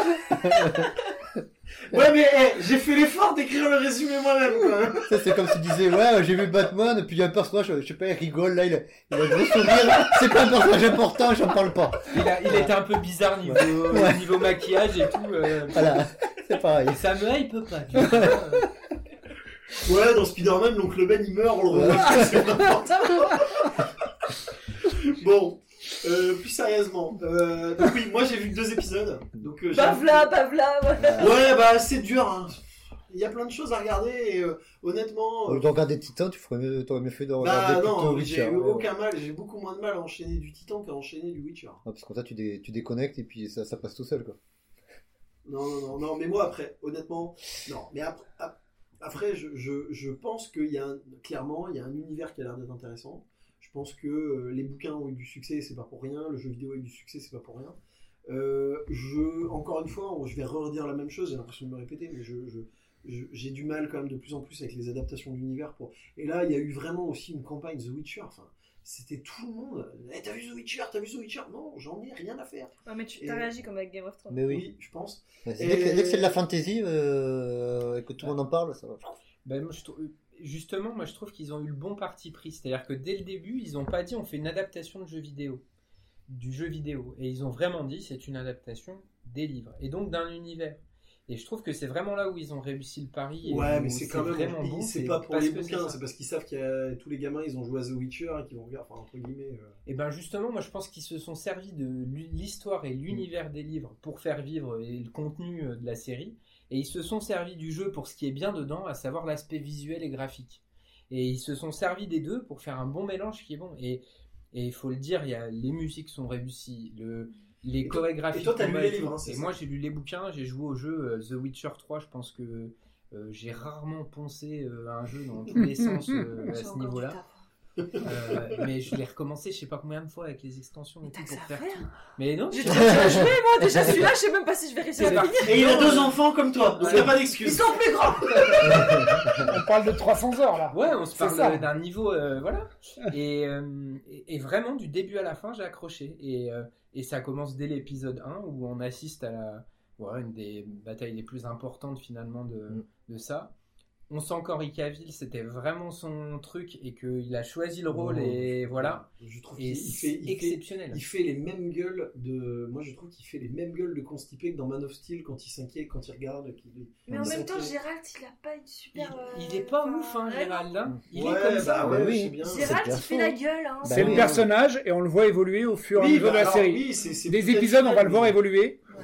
Ouais, mais hey, j'ai fait l'effort d'écrire le résumé moi-même, quand même. Ça, c'est comme si tu disais, ouais, j'ai vu Batman, et puis il y a un personnage, je sais pas, il rigole, là, il a, il a un gros sourire, c'est pas un personnage important, j'en parle pas. Il, a, il était un peu bizarre niveau, Ouais. niveau maquillage et tout. euh, Voilà, c'est pareil. Et ça me hype pas. Tu vois, euh, Ouais, dans Spider-Man, l'oncle Ben, il meurt, on le revoit. C'est n'importe quoi. Bon, euh, plus sérieusement. Euh, donc oui, moi j'ai vu que deux épisodes. Donc, euh, j'ai- Bavla, bavla, voilà. Ouais, bah c'est dur, hein. Il y a plein de choses à regarder et euh, honnêtement... Au euh, lieu de regarder Titan, tu ferais mieux, t'aurais mieux fait de regarder bah plutôt non, Witcher. j'ai eu Ouais, ouais. aucun mal, j'ai beaucoup moins de mal à enchaîner du Titan qu'à enchaîner du Witcher. Ouais, parce que comme ça, tu, dé- tu déconnectes, et puis ça, ça passe tout seul, quoi. Non, non, non, non, mais moi après, honnêtement, non, mais après, ap- après je, je, je pense qu'il y a un, clairement, il y a un univers qui a l'air d'être intéressant. Je pense que euh, les bouquins ont eu du succès, c'est pas pour rien, le jeu vidéo a eu du succès, c'est pas pour rien. Euh, je, encore une fois, je vais redire la même chose, j'ai l'impression de me répéter, mais je, je, je- j'ai du mal quand même de plus en plus avec les adaptations d'univers. Pour... Et là, il y a eu vraiment aussi une campagne The Witcher, enfin, c'était tout le monde. Eh, t'as vu The Witcher, t'as vu The Witcher? Non, j'en ai rien à faire. Ouais, mais tu Et- t'as réagi comme avec Game of Thrones. Mais oui. Oui, je pense. Ouais, c'est- Et- Dès que, dès que c'est de la fantasy, euh, et que tout le monde en parle, ça va. Ben, moi, je trou- justement, moi je trouve qu'ils ont eu le bon parti pris. C'est-à-dire que dès le début, ils n'ont pas dit on fait une adaptation de jeu vidéo. Du jeu vidéo. Et ils ont vraiment dit c'est une adaptation des livres. Et donc d'un univers. Et je trouve que c'est vraiment là où ils ont réussi le pari. et Ouais, où mais c'est quand même, vraiment ils- bon. c'est pas pour parce les que c'est bouquins, ça. c'est parce qu'ils savent qu'il y a tous les gamins, ils ont joué à The Witcher et qu'ils vont regarder, enfin entre guillemets. euh, Et ben justement, moi je pense qu'ils se sont servis de l'histoire et l'univers des livres pour faire vivre et le contenu euh, de la série. Et ils se sont servis du jeu pour ce qui est bien dedans, à savoir l'aspect visuel et graphique. Et ils se sont servis des deux pour faire un bon mélange qui est bon. Et et il faut le dire, il y a, les musiques sont réussies, le, les Et toi- chorégraphies. et toi, t'as de lu combat les et tout. livres, hein, c'est Et ça moi j'ai lu les bouquins, j'ai joué au jeu euh, The Witcher trois. Je pense que euh, j'ai rarement poncé euh, un jeu dans tous les sens euh, à J'ai ce encore du niveau-là. taf. Euh, mais je l'ai recommencé, je sais pas combien de fois avec les extensions et Mais tout t'as pour que ça à faire faire. tout. Mais non, J'ai déjà joué, moi, déjà celui-là, je sais même pas si je vais réussir C'est à parti. finir. Et il a deux enfants comme toi, donc Ouais. t'as pas Ils d'excuses. sont plus grands. On parle de trois cents heures là. Ouais, on se C'est parle ça. euh, d'un niveau, euh, voilà. Et, euh, et, et vraiment, du début à la fin, j'ai accroché. Et, euh, et ça commence dès l'épisode un, où on assiste à la, ouais, une des batailles les plus importantes finalement de, Mm. de ça. on sent qu'Henry Cavill c'était vraiment son truc et qu'il a choisi le rôle Non, et je- voilà. Je trouve Et qu'il c'est fait, il fait, exceptionnel. il fait les mêmes gueules de. Moi, je trouve qu'il fait les mêmes gueules de constipé que dans Man of Steel quand il s'inquiète, quand il regarde. Qu'il... Mais en il même temps, s'inquiète. Gérald, il a pas une super. Il, euh, il est pas enfin, ouf, hein, ouais, Gérald. Hein. Il Ouais, est comme ça. bah ouais, ouais, oui. je sais bien. C'est Gérald, bien il fait faux. la gueule. Hein. Bah C'est oui, le hein. personnage et on le voit évoluer au fur et à Oui, mesure bah, de la alors, série. oui, c'est- c'est Des tout à épisodes, fait on va le voir mais- évoluer. Ouais.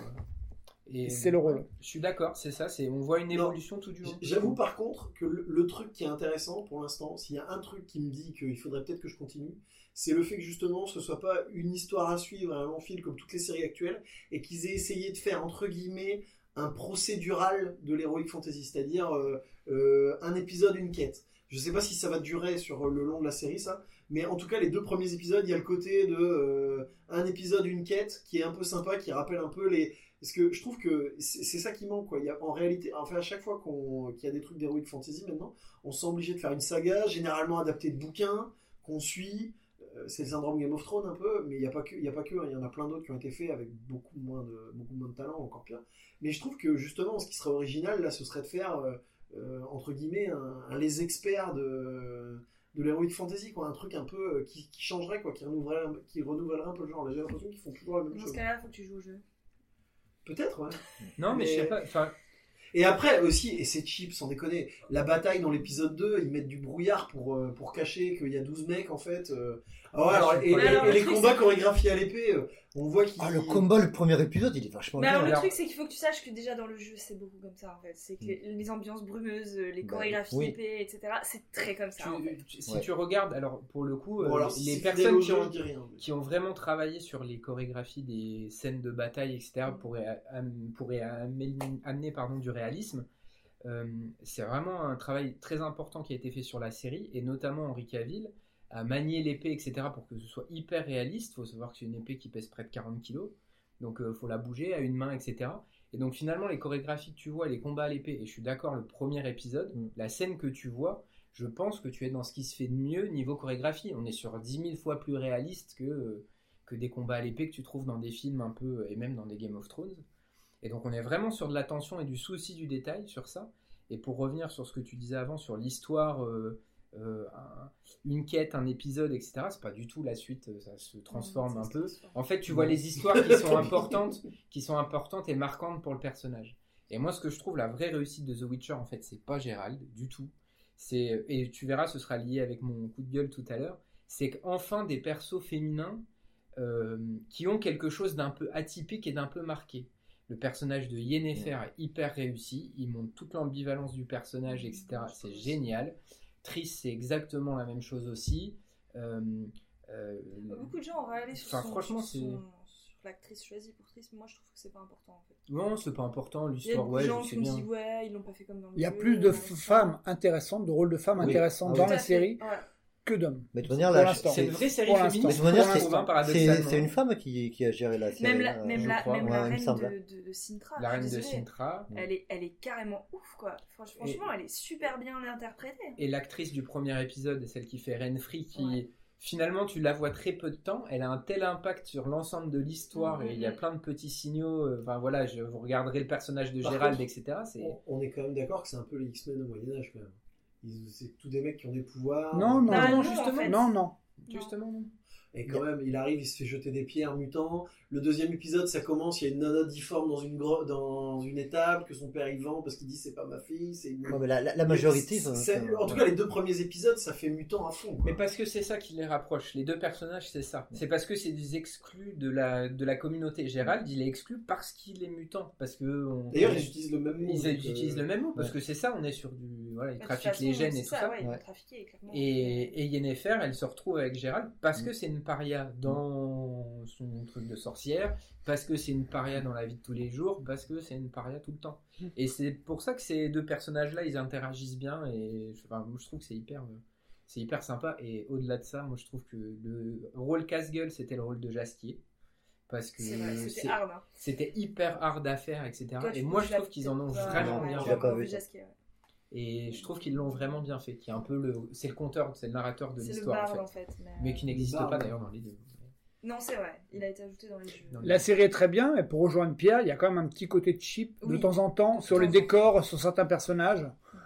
Et C'est le rôle. Je suis d'accord, c'est ça. C'est on voit une Non. évolution tout du long. J'avoue par contre que le, le truc qui est intéressant pour l'instant, s'il y a un truc qui me dit qu'il faudrait peut-être que je continue, c'est le fait que justement ce soit pas une histoire à suivre, un long fil comme toutes les séries actuelles, et qu'ils aient essayé de faire entre guillemets un procédural de l'heroic fantasy, c'est-à-dire euh, euh, un épisode, une quête. Je sais pas si ça va durer sur le long de la série ça, mais en tout cas les deux premiers épisodes, il y a le côté de euh, un épisode, une quête qui est un peu sympa, qui rappelle un peu les... Parce que je trouve que c'est c'est ça qui manque, quoi. Il y a, en réalité, enfin, à chaque fois qu'on, qu'il y a des trucs d'heroic fantasy maintenant, on se sent obligé de faire une saga, généralement adaptée de bouquins, qu'on suit. Euh, c'est le syndrome Game of Thrones un peu, mais il n'y a pas que, il y a pas que, hein. Il y en a plein d'autres qui ont été faits avec beaucoup moins de, beaucoup moins de talent, encore pire. Mais je trouve que justement, ce qui serait original, là, ce serait de faire, euh, euh, entre guillemets, un, un les experts de, de l'heroic fantasy, quoi. Un truc un peu euh, qui, qui changerait, quoi, qui renouvellerait, qui renouvellerait un peu le genre. Là, j'ai l'impression qu'ils font toujours la même Dans chose. ce cas-là, faut que tu joues au jeu. Peut-être, ouais. Non, mais, Mais- je sais pas. Enfin, Et après aussi, et c'est cheap sans déconner, la bataille dans l'épisode deux, ils mettent du brouillard pour, euh, pour cacher qu'il y a douze mecs en fait. euh. Ah ouais, Ouais, alors, je suis et, pas et- d'accord. et les Le truc, combats c'est- chorégraphiés à l'épée, euh, on voit qu'ils... Ah, le combat, le premier épisode, il est vachement Mais bien. alors, le alors- truc, c'est qu'il faut que tu saches que déjà dans le jeu, c'est beaucoup comme ça en fait. C'est que les, les ambiances brumeuses, les Bah, chorégraphies oui. épées, et cetera, c'est très comme ça. tu- en fait. tu- si Ouais. tu regardes, alors pour le coup, Bon, euh, alors, si les c'est personnes fidèle au qui jeu, ont, je dis rien. mais- qui ont vraiment travaillé sur les chorégraphies des scènes de bataille, et cetera, pourraient, am- pourraient amener, amener, pardon, du réalisme. Euh, c'est vraiment un travail très important qui a été fait sur la série, et notamment Henry Cavill à manier l'épée, et cetera, pour que ce soit hyper réaliste. Il faut savoir que c'est une épée qui pèse près de quarante kilos, donc il euh, faut la bouger à une main, et cetera. Et donc finalement, les chorégraphies que tu vois, les combats à l'épée, et je suis d'accord, le premier épisode, Mm. la scène que tu vois, je pense que tu es dans ce qui se fait de mieux niveau chorégraphie. On est sur dix mille fois plus réaliste que, euh, que des combats à l'épée que tu trouves dans des films un peu, et même dans des Game of Thrones. Et donc on est vraiment sur de l'attention et du souci du détail sur ça. Et pour revenir sur ce que tu disais avant, sur l'histoire, euh, euh, un- une quête, un épisode, et cetera, c'est pas du tout la suite, ça se transforme Ça un se peu. transforme. En fait, tu vois les histoires qui sont importantes, qui sont importantes et marquantes pour le personnage. Et moi, ce que je trouve la vraie réussite de The Witcher, en fait, c'est pas Gérald du tout. C'est, et tu verras, ce sera lié avec mon coup de gueule tout à l'heure. C'est qu'enfin des persos féminins euh, qui ont quelque chose d'un peu atypique et d'un peu marqué. Le personnage de Yennefer est hyper réussi. Il montre toute l'ambivalence du personnage, et cetera. C'est génial. Triss, c'est exactement la même chose aussi. Euh, euh, Beaucoup de gens ont râlé sur, Enfin, son- franchement, sur, c'est- son- sur l'actrice choisie pour Triss. Moi, je trouve que c'est pas important en fait. Non, c'est pas important. Il y a L'histoire, beaucoup ouais, de gens je qui sais me bien. disent ouais, ils l'ont pas fait comme dans le Il y a jeu, plus de euh, f- femmes intéressantes, de rôles de femmes Oui. intéressants Ah dans oui. la Tout à fait. série Ouais. que d'hommes. Mais de toute manière, Pour là, l'instant. C'est une vraie série Pour l'instant. féministe. Mais de toute manière, pour c'est- l'instant, c'est paradoxalement. c'est une femme qui, qui a géré la série. Même la, hein, même je la, crois. même Ouais, la il me reine semble. de, de, de Sintra. La reine de désolée. Sintra. Elle est, elle est carrément ouf quoi. Franch- Franchement, elle est super bien interprétée. Et l'actrice du premier épisode, celle qui fait Renfri, qui Ouais. finalement tu la vois très peu de temps, elle a un tel impact sur l'ensemble de l'histoire Mhm. et il y a plein de petits signaux. euh, Enfin voilà, je, vous regarderez le personnage de Par Gérald, contre, et cetera. C'est On, on est quand même d'accord que c'est un peu les X-Men au Moyen-Âge quand même. Ils- C'est tous des mecs qui ont des pouvoirs. Non, non, Ah, non, non, justement. en fait. non, non. justement non. Et quand même, il arrive, il se fait jeter des pierres mutant. Le deuxième épisode, ça commence, il y a une nana difforme dans une, gro- dans une étable que son père y vend parce qu'il dit c'est pas ma fille, c'est une... Ouais, mais la, la, la majorité. C'est- ça- c'est- ça- en tout cas, les deux premiers épisodes, ça fait mutant à fond. Quoi. Mais parce que c'est ça qui les rapproche. Les deux personnages, c'est ça. C'est parce que c'est des exclus de la, de la communauté. Gérald, il est exclu parce qu'il est mutant. Parce que on- D'ailleurs, ils utilisent le même mot. ils donc, utilisent euh, le même mot parce ouais. que c'est ça. On est sur du, voilà, ils Bah, de toute trafiquent les façon, gènes c'est et tout ça. Ouais, ils Ouais. vont trafiquer, clairement. Et, et Yennefer, elle se retrouve avec Gérald parce que Mm. c'est une paria dans son truc de sorcière, parce que c'est une paria dans la vie de tous les jours, parce que c'est une paria tout le temps. Mm. Et c'est pour ça que ces deux personnages-là, ils interagissent bien. Et enfin, moi, je trouve que c'est hyper, euh, c'est hyper sympa. Et au-delà de ça, moi, je trouve que le rôle casse-gueule, c'était le rôle de Jaskier. Parce que C'est vrai, c'était c'est- hard. Hein. c'était hyper hard à faire, et cetera. Toi, tu- et moi, tu je l'as trouve qu'ils en ont peut-être vraiment pas- bien tu ouais, l'as fait. pas encore vu, vu ça. Jasquet, ouais. Et je trouve qu'ils l'ont vraiment bien fait. Qui est un peu le, c'est le conteur, c'est le narrateur de C'est le l'histoire, barde en en fait. fait. mais- Mais qui n'existe Barbe. pas d'ailleurs dans les deux. Non, c'est vrai, il a été ajouté dans les jeux. Dans La série est très bien, mais pour rejoindre Pierre, il y a quand même un petit côté cheap de Oui. temps en temps De sur temps les en décors, sur certains personnages.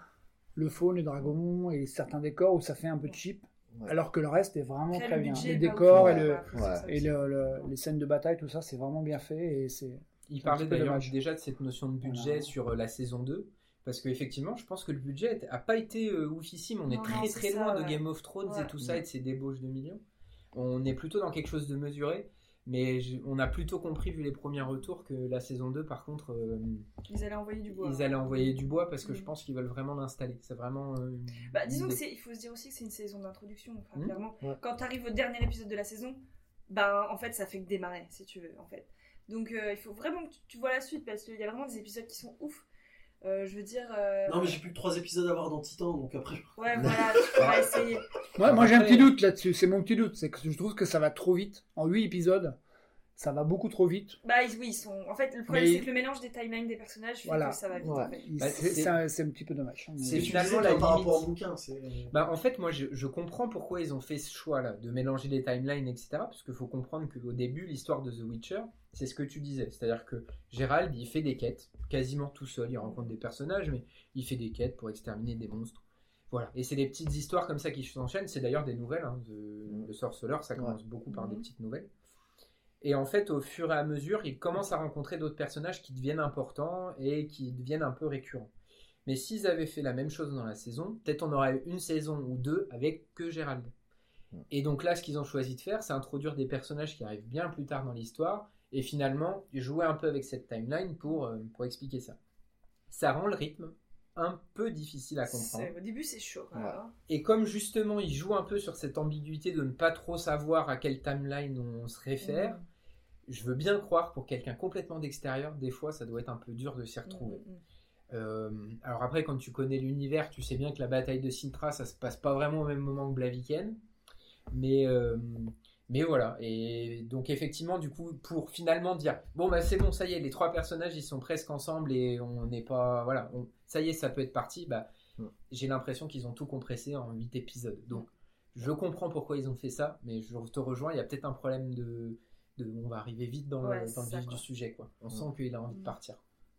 le faune, les dragons et certains décors où ça fait un peu cheap, Ouais. alors que le reste est vraiment Après, très le bien. budget Les est pas décors ouf, et, ouais, le, voilà, faut ouais. dire ça et aussi. le- le- les scènes de bataille, tout ça, c'est vraiment bien fait et c'est. Il un parlait petit peu d'ailleurs dommage. déjà de cette notion de budget Voilà. sur euh, la saison deux. Parce qu'effectivement, je pense que le budget n'a pas été euh, oufissime. On est Non, très non, c'est très ça, loin de ouais. Game of Thrones Ouais. et tout ça et de ses débauches de millions. On est plutôt dans quelque chose de mesuré. Mais je- on a plutôt compris, vu les premiers retours, que la saison deux, par contre, euh, Ils allaient envoyer du bois. ils allaient envoyer du bois parce que Mm. je pense qu'ils veulent vraiment l'installer. C'est vraiment. euh, une Bah, disons idée. que c'est, il faut se dire aussi que c'est une saison d'introduction. Enfin, Mmh. clairement, Ouais. quand t'arrives au dernier épisode de la saison, bah, en fait, ça fait que démarrer, si tu veux, en fait. Donc, euh, il faut vraiment que tu, tu vois la suite parce qu'il y a vraiment des épisodes qui sont ouf. Euh, je veux dire. euh, Non, mais j'ai plus que trois épisodes à voir dans Titan, donc après. je- Ouais, voilà, tu pourras essayer. Moi, moi j'ai un Après- petit doute là-dessus, c'est mon petit doute, c'est que je trouve que ça va trop vite. En huit épisodes, ça va beaucoup trop vite. Bah, ils- oui, ils sont. En fait, le problème, Mais- c'est que le mélange des timelines des personnages fait Voilà. que ça va vite, Ouais. en fait. Il- Bah, c'est, c'est- c'est un, c'est un petit peu dommage. hein, mais- C'est Tu finalement disais, la toi, par limite. rapport au bouquin, c'est. Bah, en fait, moi, je, je comprends pourquoi ils ont fait ce choix-là, de mélanger les timelines, et cetera. Parce qu'il faut comprendre qu'au début, l'histoire de The Witcher, c'est ce que tu disais. C'est-à-dire que Gérald, il fait des quêtes, quasiment tout seul. Il rencontre des personnages, mais il fait des quêtes pour exterminer des monstres. Voilà. Et c'est des petites histoires comme ça qui s'enchaînent. C'est d'ailleurs des nouvelles. Hein, de, de Sorcerer, ça commence beaucoup par des Mhm. petites nouvelles. Et en fait, au fur et à mesure, il commence à rencontrer d'autres personnages qui deviennent importants et qui deviennent un peu récurrents. Mais s'ils avaient fait la même chose dans la saison, peut-être on aurait eu une saison ou deux avec que Gérald. Et donc là, ce qu'ils ont choisi de faire, c'est introduire des personnages qui arrivent bien plus tard dans l'histoire et finalement jouer un peu avec cette timeline pour, euh, pour expliquer ça. Ça rend le rythme un peu difficile à comprendre. C'est- Au début, c'est chaud. Quand même, Ouais. hein. Et comme justement, ils jouent un peu sur cette ambiguïté de ne pas trop savoir à quelle timeline on se réfère, Mhm. je veux bien croire pour quelqu'un complètement d'extérieur, des fois, ça doit être un peu dur de s'y retrouver. Mhm. Euh, alors après, quand tu connais l'univers, tu sais bien que la bataille de Sintra, ça se passe pas vraiment au même moment que Blaviken. Mais, euh, mais voilà. Et donc effectivement, du coup, pour finalement dire, bon bah c'est bon, ça y est, les trois personnages, ils sont presque ensemble et on n'est pas, voilà, on- ça y est, ça peut être parti. Bah, Mm. j'ai l'impression qu'ils ont tout compressé en huit épisodes. Donc je comprends pourquoi ils ont fait ça, mais je te rejoins, il y a peut-être un problème de, de, on va arriver vite dans Ouais, le, c'est dans le ça, vif quoi. du sujet, quoi. On Mm. sent qu'il a envie de Mm. partir.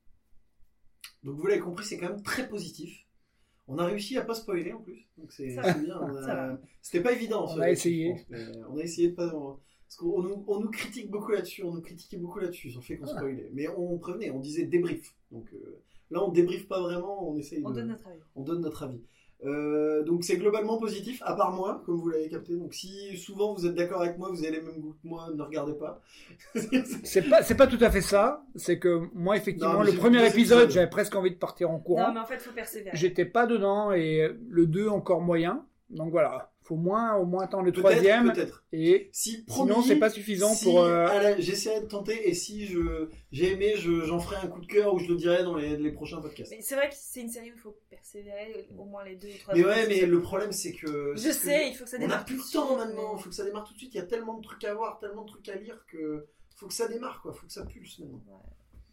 Donc vous l'avez compris, c'est quand même très positif. On a réussi à pas spoiler en plus, donc c'est Ça c'est va. bien. on a- Ça va. C'était pas évident. On ça, a là-dessus, essayé. je pense, mais on a essayé de pas. Parce qu'on nous, on nous critique beaucoup là-dessus, on nous critiquait beaucoup là-dessus sur le fait qu'on Ah. spoilait. Mais on prévenait, on disait débrief. Donc euh, là, on débriefe pas vraiment, on essaye On de. donne notre avis. on donne notre avis. Euh, donc c'est globalement positif, à part moi, comme vous l'avez capté. Donc si souvent vous êtes d'accord avec moi, vous avez les mêmes goûts que moi, ne regardez pas. C'est pas, c'est pas tout à fait ça. C'est que moi, effectivement, Non, mais le j'ai premier vu deux épisode, épisodes. j'avais presque envie de partir en Non, courant. mais en fait, faut persévérer. J'étais pas dedans et le deux encore moyen. Donc voilà, faut moins, au moins attendre le Peut-être, troisième. peut-être. Et Si, promis, sinon, c'est pas suffisant si, pour. euh, allez, j'essaierai de tenter et si je j'ai aimé, je, j'en ferai un coup de cœur ou je le dirai dans les, les prochains podcasts. Mais c'est vrai que c'est une série où il faut persévérer au moins les deux ou trois Mais ouais, épisodes. mais le problème c'est que Je c'est sais, que il faut que ça on a démarre plus tout le de temps suite, maintenant. mais- Il faut que ça démarre tout de suite. Il y a tellement de trucs à voir, tellement de trucs à lire que faut que ça démarre quoi. Faut que ça pulse maintenant. Ouais.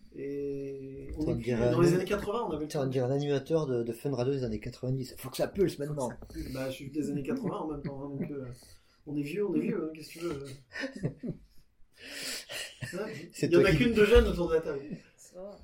Et on Ça est me plus- dirait dans un- les années quatre-vingts, on avait le Tu vas me dire un animateur de, de Fun Radio des années quatre-vingt-dix. Faut que ça pulse maintenant. Bah, je suis des années quatre-vingts en même temps, hein, donc euh, on est vieux, on est vieux, hein, qu'est-ce que tu veux. Ouais, C'est il y en toi a qui- qu'une de jeune autour de la table. Ça va.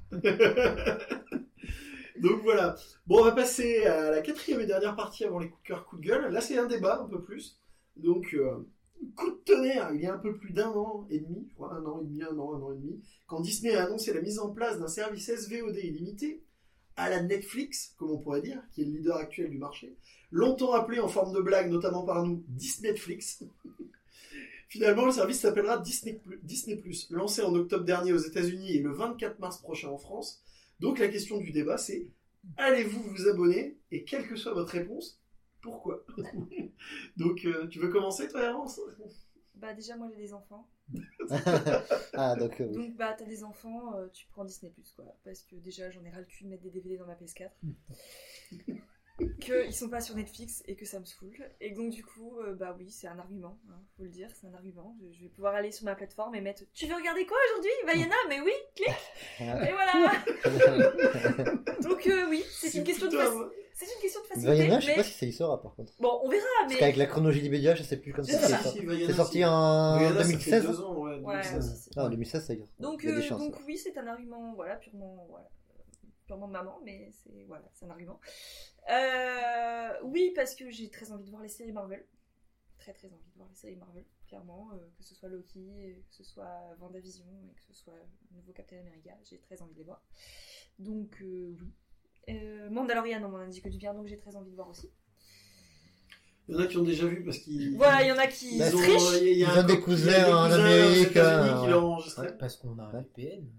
Donc voilà. Bon, on va passer à la quatrième et dernière partie avant les coups de cœur, coups de gueule. Là, c'est un débat, un peu plus. Donc, euh, coup de tonnerre, il y a un peu plus d'un an et demi, je crois, un an et demi, un an, un an et demi, quand Disney a annoncé la mise en place d'un service S V O D illimité, à la Netflix, comme on pourrait dire, qui est le leader actuel du marché, longtemps appelé en forme de blague, notamment par nous, Disneyflix. Finalement, le service s'appellera Disney+, Disney+, lancé en octobre dernier aux États-Unis et le vingt-quatre mars prochain en France. Donc la question du débat, c'est allez-vous vous abonner? Et quelle que soit votre réponse, pourquoi? Donc, euh, tu veux commencer, toi, Hermance? Bah déjà moi j'ai des enfants. Ah, donc euh, oui. Donc bah t'as des enfants, euh, tu prends Disney Plus quoi. Parce que déjà j'en ai ras le cul de mettre des D V D dans ma P S quatre. Qu'ils sont pas sur Netflix et que ça me saoule. Et donc du coup, euh, bah oui, c'est un argument, hein, faut le dire, c'est un argument. Je, je vais pouvoir aller sur ma plateforme et mettre « Tu veux regarder quoi aujourd'hui Vaiana ?» Mais oui, clique. Et voilà. Donc euh, oui, c'est une question de putain, faci- moi. c'est une question de facilité. Vaiana, je sais mais- pas si ça y sera par contre. Bon, on verra, Parce mais... qu'avec la chronologie d'Ibedia, je sais plus quand Je c'est sais pas. sorti. Si, Vaiana, C'est sorti si. en Vaiana, ça fait deux mille seize. deux ans, ouais, Ouais, deux mille seize. aussi, c'est- Non, en deux mille seize, ça y est. Donc, Il y a des euh, chances. donc là. oui, c'est un argument, voilà, purement, voilà, purement de maman, mais c'est voilà, c'est un argument. Euh, oui, parce que j'ai très envie de voir les séries Marvel. Très très envie de voir les séries Marvel, clairement. Euh, que ce soit Loki, que ce soit WandaVision, et que ce soit le nouveau Captain America. J'ai très envie de les voir. Donc, euh, oui. Euh, Mandalorian, on m'en a dit que du bien, donc j'ai très envie de voir aussi. Il y en a qui ont déjà vu parce qu'ils. Voilà, il y en a qui Ils ont, trichent. il y a- il y a Ils un ont des co- cousins il y a des en cousins Amérique, aux États-Unis euh, qui l'ont enregistré. Parce qu'on a un V P N.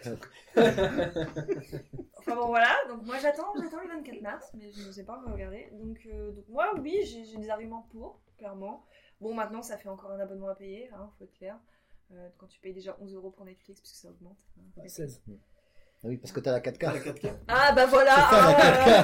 Enfin bon, voilà. Donc moi j'attends, j'attends le vingt-quatre mars, mais je ne sais pas encore regarder. Donc, euh, donc moi, oui, j'ai, j'ai des arguments pour, clairement. Bon, maintenant, ça fait encore un abonnement à payer, hein, faut être clair. Euh, quand tu payes déjà onze euros pour Netflix, puisque ça augmente. Hein, Ouais, seize. Ah oui, parce que t'as la quatre K. Ah, la quatre K. Ah bah voilà. C'est ça, la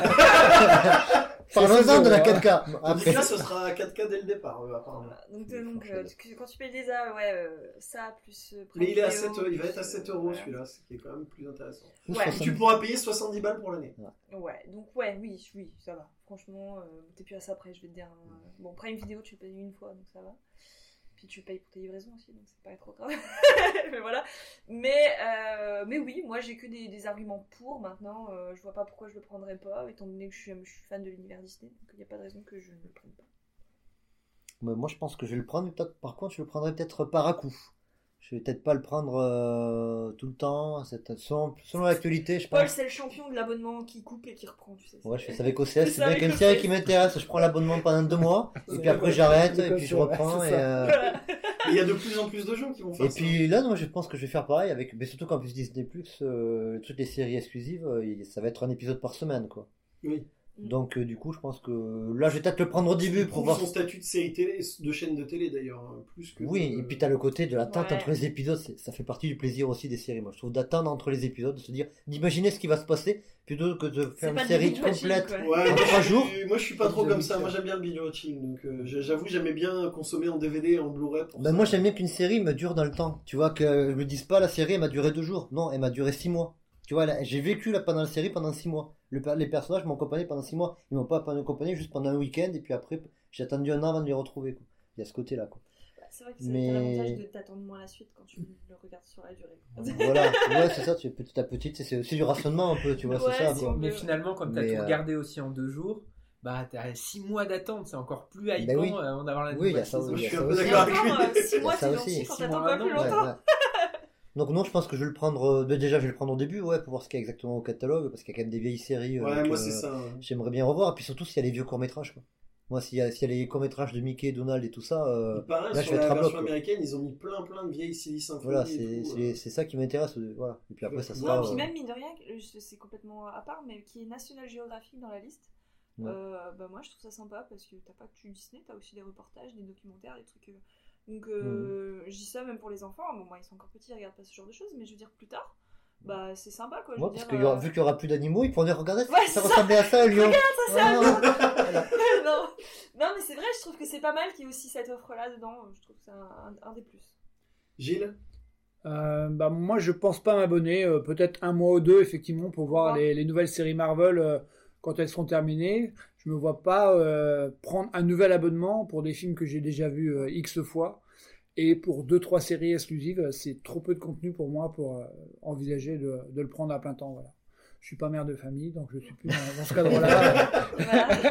ah, Parlons-en de la quatre K. En tout Après. cas, ce sera à quatre K dès le départ, euh, apparemment. Donc, euh, donc euh, tu- quand tu payes déjà, ouais, euh, ça plus. Euh, Mais il est à Prime sept, Video, il va être à plus, sept euh, euros voilà. celui-là, ce qui est quand même plus intéressant. Ouais. Tu pourras payer soixante-dix balles pour l'année. Ouais, donc ouais, oui, oui, ça va. Franchement, euh, t'es plus à ça après, je vais te dire. hein. Bon, Prime Vidéo, tu le payes une fois, donc ça va. Puis tu payes pour tes livraisons aussi, donc c'est pas trop grave. Mais voilà. Mais, euh, mais oui, moi j'ai que des, des arguments pour maintenant. Euh, je vois pas pourquoi je le prendrais pas, étant donné que je suis, je suis fan de l'univers Disney. Donc il n'y a pas de raison que je ne le prenne pas. Mais moi, je pense que je vais le prendre. Peut-être, par contre, je le prendrai peut-être par à coup. Je vais peut-être pas le prendre euh, tout le temps. C'est, selon, selon l'actualité, je Paul, pense. c'est le champion de l'abonnement qui coupe et qui reprend, tu sais. Ouais, je c'est- fais ça avec O C S. C'est C'est bien avec qu'il y a une O C S. série qui m'intéresse. Je prends l'abonnement pendant deux mois. Et puis après, j'arrête. Et puis je reprends. C'est Et, ça. euh, Voilà. Mais il y a de plus en plus de gens qui vont faire et ça. puis là, moi, je pense que je vais faire pareil avec. Mais surtout qu'en plus Disney Plus, euh, toutes les séries exclusives, euh, il- ça va être un épisode par semaine, quoi. Oui. Donc, euh, du coup, je pense que là, je vais peut-être le prendre au début pour Pour voir. son statut de série télé, de chaîne de télé d'ailleurs, hein, plus que. Oui, de- et puis t'as le côté de l'attente Ouais. entre les épisodes, c'est- ça fait partie du plaisir aussi des séries. Moi, je trouve d'attendre entre les épisodes, de se dire, d'imaginer ce qui va se passer, plutôt que de C'est faire pas une du série binge watching, complète. quoi. Ouais, En moi, trois je jours. suis- moi je suis pas Comme trop vous comme avez ça, dit, moi j'aime bien le binge watching, donc euh, j'avoue j'aimais bien consommer en D V D, en Blu-ray pour Ben ça. moi, j'aime bien qu'une série me dure dans le temps. Tu vois, que je me dise pas, la série, elle m'a duré deux jours. Non, elle m'a duré six mois. Tu vois, là, j'ai vécu là, pendant la série pendant six mois. Le, per- les personnages m'ont accompagné pendant six mois. Ils m'ont pas accompagné juste pendant un week-end, et puis après, j'ai attendu un an avant de les retrouver, quoi. Il y a ce côté-là, quoi. Bah, c'est vrai que c'est Mais- t'as l'avantage de t'attendre moins la suite quand tu le regardes sur la durée. Voilà, ouais, c'est ça, tu petit à petit, c'est c'est aussi du rationnement un peu, tu vois, Ouais, c'est ça, si quoi. on Mais veut. finalement, quand t'as Mais, tout euh, regardé aussi en deux jours, bah t'as six mois d'attente, c'est encore plus hypant Ben oui. euh, avant d'avoir la Oui, il y nouvelle a ça saison. aussi, Je il y suis a un ça peu aussi. Et d'accord avec encore, lui. euh, six mois, ça c'est aussi. gentil quand Six t'attends mois, pas un plus an, Ouais, longtemps. ouais. Donc non, je pense que je vais le prendre. euh, déjà, je vais le prendre au début, ouais, pour voir ce qu'il y a exactement au catalogue, parce qu'il y a quand même des vieilles séries. euh, Ouais, que moi c'est ça. hein. J'aimerais bien revoir, et puis surtout s'il y a les vieux courts métrages, quoi. Moi, s'il y a, s'il y a les courts métrages de Mickey, Donald et tout ça, euh, Il paraît, là, sur je vais la être à version bloc, quoi. américaine, ils ont mis plein plein de vieilles Silly Symphony. voilà, et c'est tout, c'est euh. c'est ça qui m'intéresse, euh, voilà. Et puis après, ça Ouais, sera. Non, puis euh, même, mine de rien, je- c'est complètement à part, mais qui est National Geographic dans la liste. Ouais. Euh, bah moi, je trouve ça sympa parce que t'as pas que du Disney, t'as aussi des reportages, des documentaires, des trucs. euh. Donc, euh, je dis ça même pour les enfants. Bon, moi, ils sont encore petits, ils regardent pas ce genre de choses, mais je veux dire, plus tard, bah, c'est sympa quoi. Je Ouais, veux parce dire, que y aura- euh, vu qu'il y aura plus d'animaux, ils pourront les regarder. Ouais, ça c'est ressemblait à ça, un lion. ça, c'est un Ah, voilà. non. non, mais c'est vrai, je trouve que c'est pas mal qu'il y ait aussi cette offre-là dedans. Je trouve que c'est un, un- un des plus. Gilles Euh, bah, moi, je pense pas m'abonner. euh, peut-être un mois ou deux, effectivement, pour voir Ouais. les, les nouvelles séries Marvel euh, quand elles seront terminées. Je me vois pas euh, prendre un nouvel abonnement pour des films que j'ai déjà vus euh, X fois. Et pour deux trois séries exclusives, euh, c'est trop peu de contenu pour moi pour euh, envisager de, de le prendre à plein temps. Voilà. Je suis pas mère de famille, donc je suis plus dans, dans ce cadre-là. Voilà.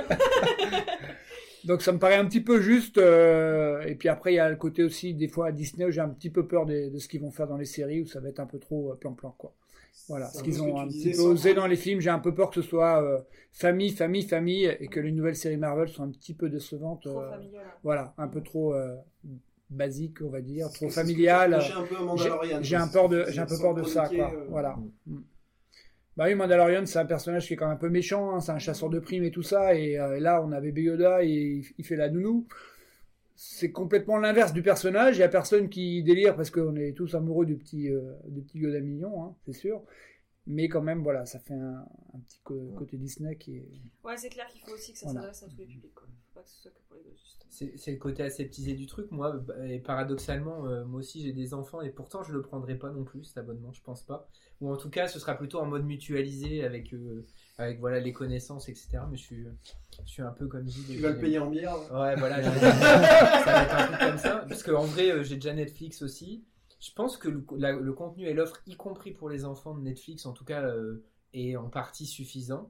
Donc ça me paraît un petit peu juste. euh, et puis après, il y a le côté aussi, des fois à Disney, où j'ai un petit peu peur de, de ce qu'ils vont faire dans les séries, où ça va être un peu trop euh, plan-plan, quoi. Voilà, C'est ce un qu'ils peu ce ont que un tu petit disais, peu sans- osé dans les films. J'ai un peu peur que ce soit euh, famille, famille, famille, et que les nouvelles séries Marvel soient un petit peu décevantes. Trop euh, familial. hein. voilà, un peu trop euh, basique, on va dire, trop C'est ce que tu familial. reprochais un peu à Mandalorian, J'ai- J'ai un parce peur que de, c'est j'ai un peu sans peur de ça, chroniquer, quoi. euh, Voilà. Mm. Bah oui, Mandalorian, c'est un personnage qui est quand même un peu méchant, hein, c'est un chasseur de primes et tout ça, et euh, là, on a Baby Yoda et il, il fait la nounou. C'est complètement l'inverse du personnage, il y a personne qui délire parce qu'on est tous amoureux du petit, euh, du petit Yoda mignon, hein, c'est sûr. Mais quand même, voilà, ça fait un, un petit co- côté Disney qui est... Ouais, c'est clair qu'il faut aussi que ça Voilà. s'adresse à tous les publics. Quoi. Faut pas que ce soit que pour les gosses, justement. C'est c'est le côté aseptisé du truc. Moi, bah, et paradoxalement, euh, moi aussi j'ai des enfants et pourtant je le prendrai pas non plus cet abonnement, je pense pas. Ou en tout cas, ce sera plutôt en mode mutualisé avec, euh, avec voilà les connaissances, et cetera. Mais je suis, je suis un peu comme Gilles. Tu vas le payer en bière. hein. Ouais, voilà, je- ça va être un truc comme ça. Parce qu'en vrai, euh, j'ai déjà Netflix aussi. Je pense que le, la- le contenu et l'offre, y compris pour les enfants de Netflix, en tout cas, euh, est en partie suffisant.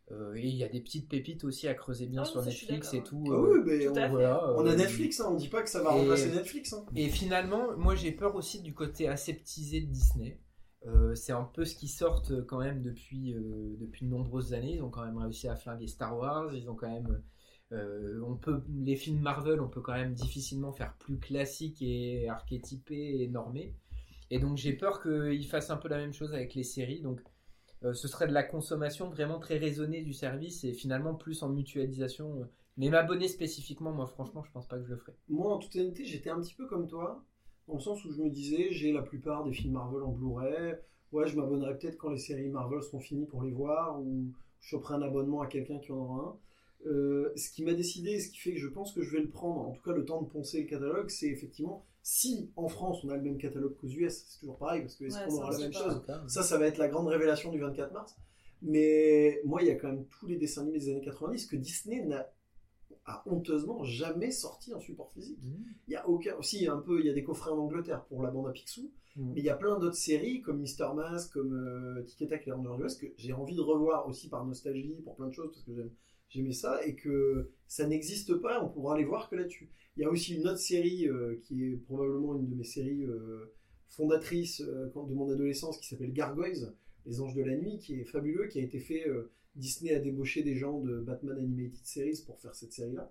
Euh, et il y a des petites pépites aussi à creuser bien Ah, sur ça, je suis Netflix et tout. Ah euh, oui, mais Tout on, à fait. voilà, on a euh, Netflix, hein, on dit pas que ça va et- remplacer Netflix. Hein. Et finalement, moi j'ai peur aussi du côté aseptisé de Disney. Euh, c'est un peu ce qui sort euh, quand même depuis, euh, depuis de nombreuses années. Ils ont quand même réussi à flinguer Star Wars. Ils ont quand même, euh, on peut, les films Marvel, on peut quand même difficilement faire plus classique et archétypé et normé. Et donc j'ai peur qu'ils fassent un peu la même chose avec les séries. Donc euh, ce serait de la consommation vraiment très raisonnée du service et finalement plus en mutualisation. euh. Mais m'abonner spécifiquement, moi franchement, je pense pas que je le ferai. Moi, en toute honnêteté, j'étais un petit peu comme toi, dans le sens où je me disais, j'ai la plupart des films Marvel en Blu-ray. Ouais, je m'abonnerai peut-être quand les séries Marvel seront finies pour les voir, ou je choperai un abonnement à quelqu'un qui en aura un. Euh, ce qui m'a décidé, ce qui fait que je pense que je vais le prendre, en tout cas le temps de poncer le catalogue, c'est effectivement, si en France on a le même catalogue qu'aux U S, c'est toujours pareil, parce que est-ce Ouais, qu'on ça, aura on la sait même pas. chose? Ça, ça va être la grande révélation du vingt-quatre mars. Mais moi, il y a quand même tous les dessins animés des années quatre-vingt-dix que Disney n'a a honteusement jamais sorti en support physique. Il y a aucun, si un peu, il y a des coffrets en Angleterre pour la bande à Picsou, Mm. mais il y a plein d'autres séries comme Mister Mask, comme euh, Tic et Tac, les Rangers U S que j'ai envie de revoir aussi par nostalgie, pour plein de choses parce que j'aime, j'aimais ça et que ça n'existe pas. On pourra les voir que là-dessus. Il y a aussi une autre série euh, qui est probablement une de mes séries euh, fondatrices euh, quand- de mon adolescence qui s'appelle Gargoyles, les Anges de la Nuit, qui est fabuleux, qui a été fait. Euh, Disney a débauché des gens de Batman Animated Series pour faire cette série-là.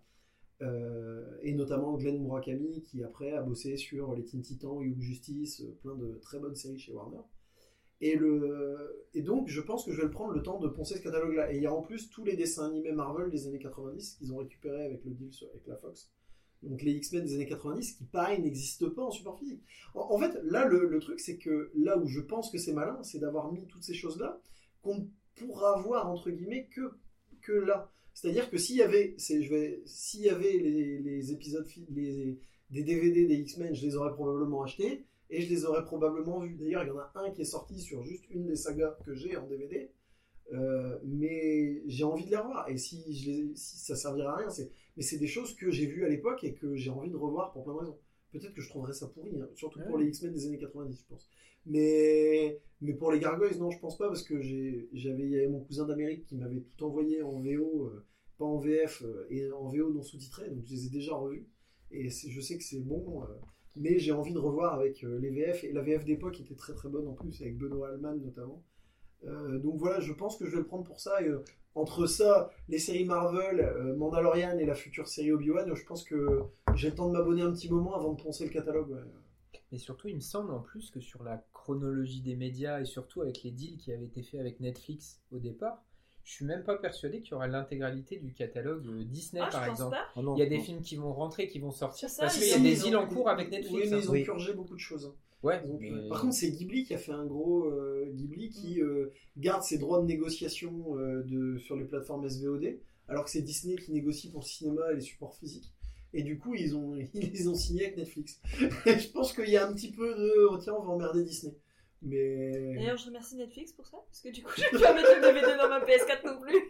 Euh, et notamment Glenn Murakami, qui après a bossé sur les Teen Titans, Young Justice, euh, plein de très bonnes séries chez Warner. Et, le... et donc, je pense que je vais le prendre le temps de poncer ce catalogue-là. Et il y a en plus tous les dessins animés Marvel des années quatre-vingt-dix qu'ils ont récupérés avec le deal sur- avec la Fox. Donc les X-Men des années quatre-vingt-dix qui, pareil, n'existent pas en support physique. En, en fait, là, le, le truc, c'est que là où je pense que c'est malin, c'est d'avoir mis toutes ces choses-là qu'on ne pourra voir, entre guillemets, que, que là. C'est-à-dire que s'il y avait, c'est, je vais, s'il y avait les, les épisodes, fi- les, des D V D des X-Men, je les aurais probablement achetés et je les aurais probablement vus. D'ailleurs, il y en a un qui est sorti sur juste une des sagas que j'ai en D V D, euh, mais j'ai envie de les revoir. Et si, je les, si ça servira à rien, c'est, mais c'est des choses que j'ai vues à l'époque et que j'ai envie de revoir pour plein de raisons. Peut-être que je trouverais ça pourri, hein, surtout pour Ouais. les X-Men des années quatre-vingt-dix, je pense. Mais, mais pour les Gargoyles, non, je pense pas, parce que j'ai, j'avais, il y avait mon cousin d'Amérique qui m'avait tout envoyé en V O, euh, pas en V F, euh, et en V O non sous-titré, donc je les ai déjà revus. Et c'est, je sais que c'est bon, euh, mais j'ai envie de revoir avec euh, les V F, et la V F d'époque était très très bonne en plus, avec Benoît Alman notamment. Euh, donc voilà, je pense que je vais le prendre pour ça. Et, euh, entre ça, les séries Marvel, euh, Mandalorian et la future série Obi-Wan, je pense que j'ai le temps de m'abonner un petit moment avant de poncer le catalogue. Ouais. Et surtout, il me semble en plus que sur la chronologie des médias et surtout avec les deals qui avaient été faits avec Netflix au départ, je suis même pas persuadé qu'il y aura l'intégralité du catalogue euh, Disney Ah, par je pense exemple. pas. Oh non, Il y a des non. films qui vont rentrer, qui vont sortir C'est ça, parce ils qu'il y a ont- des ils deals ont- en cours avec Netflix. Oui, mais hein. ils ont Oui. purgé beaucoup de choses. hein. Ouais, Donc, mais- euh, Par contre, c'est Ghibli qui a fait un gros euh, Ghibli qui euh, garde ses droits de négociation euh, de, sur les plateformes S V O D, alors que c'est Disney qui négocie pour le cinéma et les supports physiques. Et du coup, ils ont, ils les ont signés avec Netflix. Je pense qu'il y a un petit peu de oh, tiens, on va emmerder Disney. Mais. D'ailleurs, je remercie Netflix pour ça, parce que du coup, je peux pas mettre le D V D dans ma P S quatre non plus.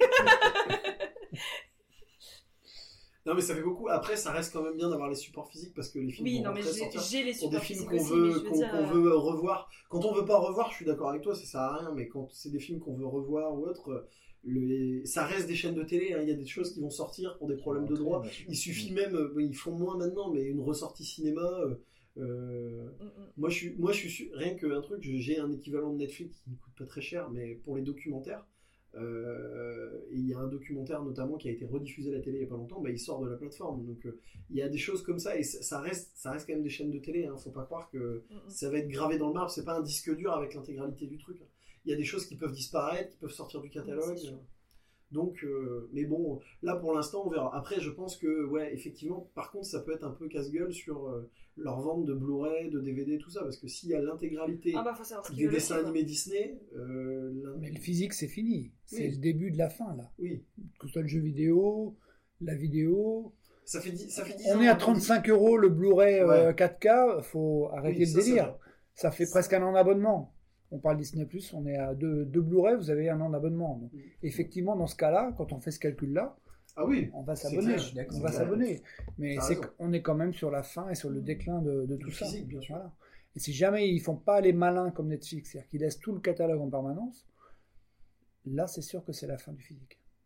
Non, mais ça fait beaucoup. Après, ça reste quand même bien d'avoir les supports physiques parce que les films Oui, vont non, mais rentrer, j'ai sortir j'ai les pour des supports films physiques qu'on aussi, veut, mais je veux qu'on, dire. qu'on euh, veut revoir. Quand on veut pas revoir, je suis d'accord avec toi, ça sert à rien, mais quand c'est des films qu'on veut revoir ou autre, le... ça reste des chaînes de télé, hein, il y a des choses qui vont sortir pour des problèmes de droit. Il suffit même, euh, ils font moins maintenant, mais une ressortie cinéma. Euh, euh, mm, mm. moi, je suis, moi, je suis sûr- rien qu'un truc, je- j'ai un équivalent de Netflix qui ne coûte pas très cher, mais pour les documentaires. Euh, et il y a un documentaire notamment qui a été rediffusé à la télé il y a pas longtemps, bah, il sort de la plateforme. Donc euh, il y a des choses comme ça et ça, ça reste, ça reste quand même des chaînes de télé. Hein, faut pas croire que Mm, mm. ça va être gravé dans le marbre. C'est pas un disque dur avec l'intégralité du truc. Il y a des choses qui peuvent disparaître, qui peuvent sortir du catalogue. c'est sûr. Donc, euh, mais bon, là pour l'instant on verra. Après, je pense que, ouais, effectivement, par contre, ça peut être un peu casse-gueule sur euh, leur vente de Blu-ray, de D V D, tout ça, parce que s'il y a l'intégralité Ah bah, faut savoir ce qu'ils des veulent dessins aussi, quoi. animés Disney, euh, l'in- Mais le physique, c'est fini. C'est Oui. le début de la fin, là. oui, Que ce soit le jeu vidéo, la vidéo. ça fait dix, ça fait dix On ans. est à qu'on dit- trente-cinq euros le Blu-ray euh, Ouais. quatre K. Faut arrêter Oui, le ça, c'est délire. vrai. Ça fait presque un an d'abonnement. On parle Disney Plus, on est à deux, deux Blu-ray, vous avez un an d'abonnement. Donc, Mm. effectivement, dans ce cas-là, quand on fait ce calcul-là, Ah oui, on va C'est s'abonner. clair, je suis d'accord. On va C'est s'abonner. Mais T'as c'est raison. qu'on est quand même sur la fin et sur le Mm. déclin de, de Du tout ça. physique, bien sûr. Voilà. Et si jamais ils font pas les malins comme Netflix, c'est-à-dire qu'ils laissent tout le catalogue en permanence, là, c'est sûr que c'est la fin du physique.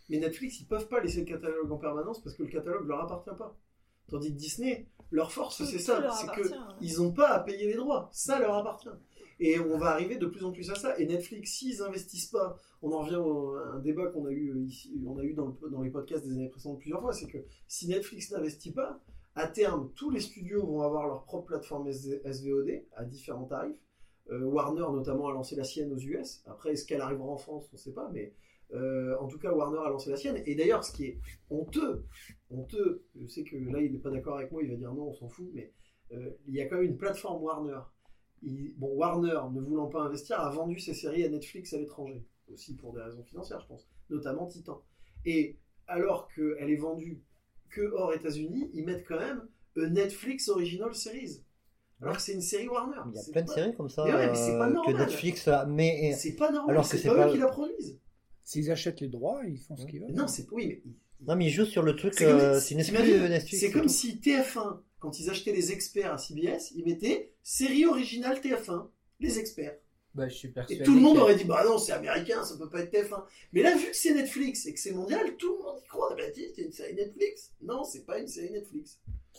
Mais Netflix, ils peuvent pas laisser le catalogue en permanence parce que le catalogue leur appartient pas. Tandis que Disney, leur force, Tout- c'est tout ça, leur c'est appartient, que hein. ils ont pas à payer les droits, ça leur appartient. Et on va arriver de plus en plus à ça. Et Netflix, s'ils investissent pas, on en revient au- à un débat qu'on a eu ici, on a eu dans, le- dans les podcasts des années précédentes plusieurs fois, c'est que si Netflix n'investit pas, à terme, tous les studios vont avoir leur propre plateforme S V O D à différents tarifs. Euh, Warner notamment a lancé la sienne aux U S. Après, est-ce qu'elle arrivera en France, on ne sait pas, mais euh, en tout cas, Warner a lancé la sienne. Et d'ailleurs, ce qui est honteux, honteux, je sais que là, il n'est pas d'accord avec moi, il va dire non, on s'en fout, mais euh, il y a quand même une plateforme Warner. Il, bon, Warner, ne voulant pas investir, a vendu ses séries à Netflix à l'étranger, aussi pour des raisons financières, je pense, notamment Titan. Et alors qu'elle est vendue que hors États-Unis, ils mettent quand même a Netflix Original Series. Alors que c'est une série Warner. Il y a C'est plein de pas- séries comme ça Mais ouais, mais c'est pas euh, que normal. Netflix a. Mais C'est pas normal, Alors que c'est c'est pas, pas- eux qui la produisent. S'ils achètent les droits, ils font ce qu'ils veulent. Non, c'est oui, mais ils- non, mais ils jouent sur le truc. C'est comme- euh, c'est- c'est une exclu t'imagines, de Netflix. c'est c'est comme tout. si T F un, quand ils achetaient les experts à C B S, ils mettaient série originale T F un, les experts. Bah, je suis persuadé. Et tout le monde que- aurait dit, bah non, c'est américain, ça peut pas être T F un. Mais là, vu que c'est Netflix et que c'est mondial, tout le monde y croit. Bah, dis, c'est une série Netflix. Non, c'est pas une série Netflix.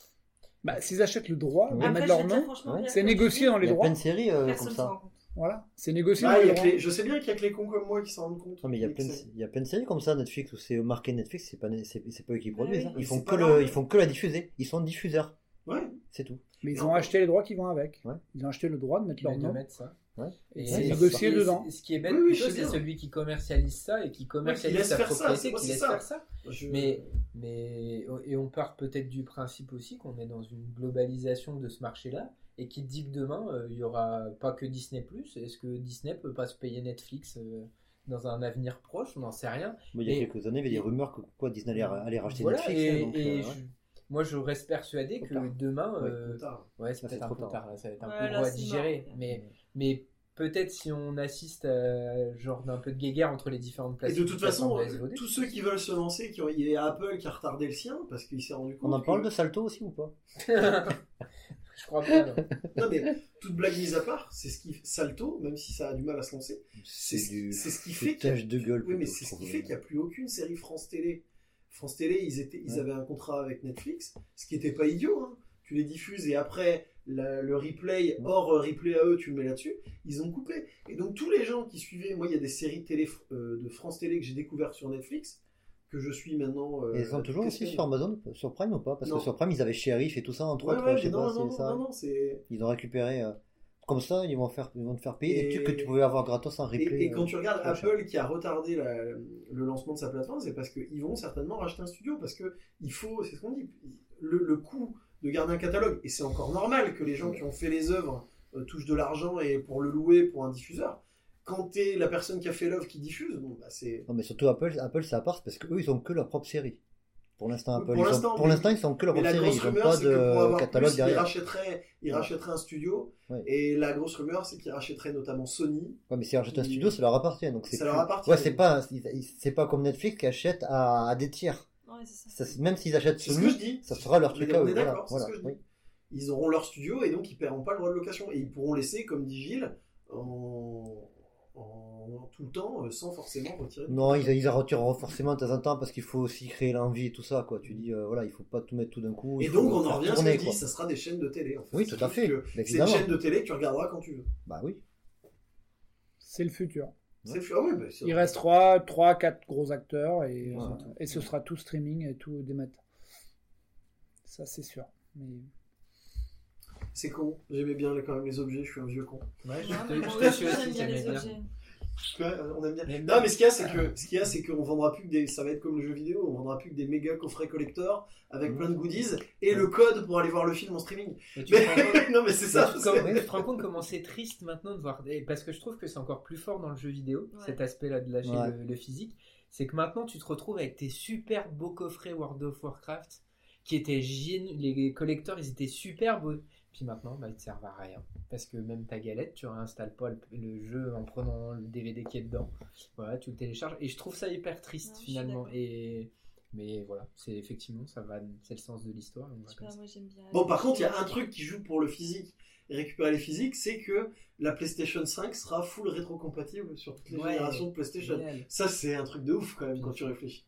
Bah, s'ils achètent le droit de Ouais. Après, mettre je leur vais te dire nom, franchement, ouais. bien c'est comme négocié tu dans Il les y a droits. plein de séries euh, dis, personne comme s'en ça. rend compte. Voilà, c'est négocié Ah, dans il y les a que droits. les- je sais bien qu'il y a que les cons comme moi qui s'en rendent compte. Non, mais il y a Et que plein de, c'est- il y a plein de séries comme ça Netflix où c'est marqué Netflix, c'est pas c'est, c'est pas eux qui produisent. oui. hein. Mais Ils font c'est que pas le, normal. ils font que la diffuser. Ils sont diffuseurs, Ouais. c'est tout. Mais ils Non. ont acheté les droits qui vont avec. Ouais. Ils ont acheté le droit de mettre leur de nom. mettre ça. Ouais. Et Et c'est c'est négocié ce- dedans. Ce qui est bête, Oui, oui, plutôt, je sais c'est bien. celui qui commercialise ça et qui commercialise laisse sa faire ça, propriété, c'est- qui c'est laisse ça. faire ça. Je- Mais, mais, et on part peut-être du principe aussi qu'on est dans une globalisation de ce marché-là et qui dit que demain, euh, il y aura pas que Disney+. Est-ce que Disney peut pas se payer Netflix euh, dans un avenir proche? On n'en sait rien. Bon, il y a Et- quelques années, il y avait des rumeurs que quoi, Disney allait, allait racheter Voilà, Netflix. et, hein, donc, et euh, je- ouais. moi, je reste persuadé Trop que tard. demain, Ouais, euh, Trop tard. ouais, c'est Là, c'est peut-être un trop peu tard. tard, là, ça va être un Ouais, peu là, gros à c'est digérer, mort. mais, mais peut-être si on assiste à genre d'un peu de guéguerre entre les différentes Et places. de toute façon, plateformes de S V O D. tous ceux qui veulent se lancer, qui ont... il y a Apple qui a retardé le sien parce qu'il s'est rendu compte. On en parle que- de Salto aussi ou pas? Je crois pas. non. Non, mais toute blague mise à part, c'est ce qui Salto, même si ça a du mal à se lancer, c'est ce- du c'est ce qui fait qu'il foutage de gueule. Oui, mais plutôt, c'est je ce qui trouve. fait qu'il n'y a plus aucune série France Télé. France Télé, ils, étaient, ils Ouais. avaient un contrat avec Netflix, ce qui n'était pas idiot. Hein. Tu les diffuses et après, la- le replay, hors euh, replay à eux, tu le mets là-dessus. Ils ont coupé. Et donc, tous les gens qui suivaient, moi, il y a des séries télé, euh, de France Télé que j'ai découvertes sur Netflix, que je suis maintenant. euh, Et ils sont toutes toujours les aussi semaines. sur Amazon, sur Prime ou pas? Parce Non. que sur Prime, ils avaient Sheriff et tout ça, entre Ouais, autres. ouais, je sais mais non, pas, non, c'est non, ça. non, non, c'est. Ils ont récupéré. euh, Comme ça, ils vont, faire, ils vont te faire payer Et- des trucs que tu pouvais avoir gratos en Et, replay. et quand euh, tu regardes trop cher. Apple qui a retardé la- le lancement de sa plateforme, c'est parce qu'ils vont certainement racheter un studio, parce que il faut, c'est ce qu'on dit, le, le coût de garder un catalogue, et c'est encore normal que les gens qui ont fait les œuvres euh, touchent de l'argent et pour le louer pour un diffuseur. Quand t'es la personne qui a fait l'œuvre qui diffuse, bon bah c'est. Non, mais surtout Apple, Apple c'est à part parce qu'eux, ils ont que leur propre série. Pour l'instant, Apple. Pour ils ont- l'instant, pour mais- l'instant, ils sont que leur Mais propre la série. grosse Ils n'ont rumeur, pas c'est que pour de avoir catalogue plus, ils derrière. rachèteraient, ils Ouais. rachèteraient un studio, Ouais. et la grosse rumeur, c'est qu'ils rachèteraient notamment Sony. Ouais, mais si ils rachètent un Ils- studio, ça leur appartient. Donc c'est Ça plus- leur appartient. Ouais, c'est pas, c'est pas comme Netflix qui achète à, à des tiers. Ouais, c'est ça. Ça, même s'ils achètent C'est ce que je Sony, dis. ça sera leur On truc est- à on eux. est Voilà, d'accord, c'est voilà, ce que je dis. oui. Ils auront leur studio et donc ils paieront pas le droit de location. Et ils pourront laisser, comme dit Gilles, en, en tout le temps, euh, sans forcément retirer. Non, ils, ils en retireront forcément de temps en temps parce qu'il faut aussi créer l'envie et tout ça, quoi. Tu dis, euh, voilà, il faut pas tout mettre tout d'un coup. Et il donc faut on faire en revient à ce tourner, que je quoi. dis, ça sera des chaînes de télé. En fait. Oui, C'est tout à juste fait. que Mais C'est une évidemment. chaîne de télé que tu regarderas quand tu veux. Bah oui. C'est le futur. C'est le ah oui, bah, c'est- Il reste trois, trois, quatre gros acteurs et, Ouais. euh, et ce sera tout streaming et tout des maths. Ça, c'est sûr. Mais... c'est con. J'aimais bien quand même les objets, je suis un vieux con. Ouais, je Ouais, te, mais je moi te aussi, suis aussi, j'aime bien j'aimais les bien. objets. Ouais, on aime bien. Mais- Non, mais ce qu'il y a, c'est que ce qu'il y a, c'est qu'on vendra plus que des. Ça va être comme le jeu vidéo, on vendra plus que des méga coffrets collector avec Mhm. plein de goodies et le code pour aller voir le film en streaming. Mais tu Mais te rends compte- non, mais c'est ça. tu, te c'est- rends- tu te rends compte comment c'est triste maintenant de voir. et Parce que je trouve que c'est encore plus fort dans le jeu vidéo, Ouais. cet aspect-là de lâcher Ouais. le, le physique. C'est que maintenant tu te retrouves avec tes super beaux coffrets World of Warcraft qui étaient géniaux. Les collecteurs ils étaient super beaux. Puis maintenant bah, ils te servent à rien. Parce que même ta galette, tu réinstalles pas le, le jeu en prenant le D V D qui est dedans. Voilà, tu le télécharges. Et je trouve ça hyper triste Non, je suis finalement. d'accord. Et. Mais voilà, c'est effectivement, ça va, c'est le sens de l'histoire. on va Je sais comme pas, ça. moi j'aime bien. Bon, par contre, il y a un truc qui joue pour le physique et récupérer les physiques, c'est que la PlayStation cinq sera full rétro-compatible sur toutes les Ouais. générations de PlayStation. Génial. Ça, c'est un truc de ouf quand même quand tu réfléchis.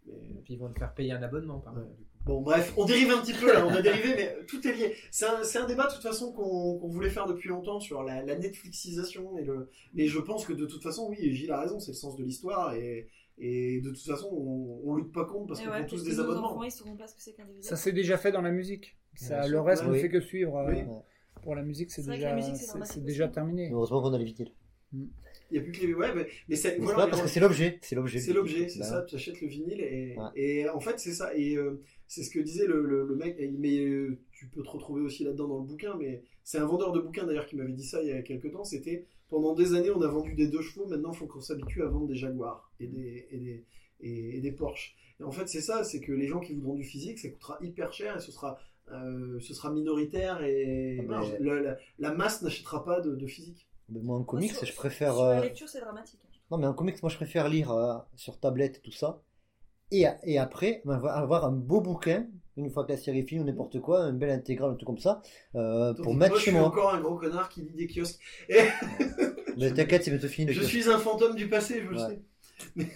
Mais... Et puis ils vont te faire payer un abonnement, par Ouais. contre. du coup. Bon, bref, on dérive un petit peu là, on a dérivé, mais tout est lié. C'est un, c'est un débat de toute façon qu'on qu'on voulait faire depuis longtemps sur la, la Netflixisation. Et le... Mais je pense que de toute façon, oui, Gilles a raison, c'est le sens de l'histoire. Et, et de toute façon, on, on lutte pas contre parce Et qu'on ouais, prend tous parce que des nos abonnements. enfants, ils sauront pas ce que c'est qu'un D V D. Ça s'est déjà fait dans la musique. Ça, Bien le sûr. reste Ouais. ne Oui. fait que suivre. euh, Oui. Pour la musique, c'est C'est vrai que déjà, la musique, c'est c'est, dramatique c'est aussi. déjà terminé. Heureusement qu'on a l'évité. Il y a plus que les. Ouais, mais, mais c'est. Mais c'est Voilà, pas parce que c'est l'objet. C'est l'objet. C'est l'objet, c'est Bah, ça, tu achètes le vinyle et, Ouais. et en fait c'est ça, et euh, c'est ce que disait le, le, le mec, et- mais euh, tu peux te retrouver aussi là-dedans dans le bouquin, mais c'est un vendeur de bouquins d'ailleurs qui m'avait dit ça il y a quelques temps, c'était pendant des années on a vendu des deux chevaux, maintenant il faut qu'on s'habitue à vendre des Jaguars et des, et des, et, et des Porsche. Et en fait c'est ça, c'est que les gens qui voudront du physique, ça coûtera hyper cher et ce sera, euh, ce sera minoritaire et Ah, voilà, mais- la, la- la masse n'achètera pas de, de physique. Mais moi en comics, Sur- je préfère. Sur la euh, lecture, c'est dramatique. hein. Non, mais en comics, moi je préfère lire euh, sur tablette et tout ça. Et, et après, avoir avoir un beau bouquin, une fois que la série est finie ou n'importe quoi, un bel intégral, un truc comme ça, euh, Donc, pour moi mettre je chez suis moi. encore un gros connard qui lit des kiosques. Mais t'inquiète, c'est bientôt fini le Je kiosque. suis un fantôme du passé, je le Ouais. sais. Mais-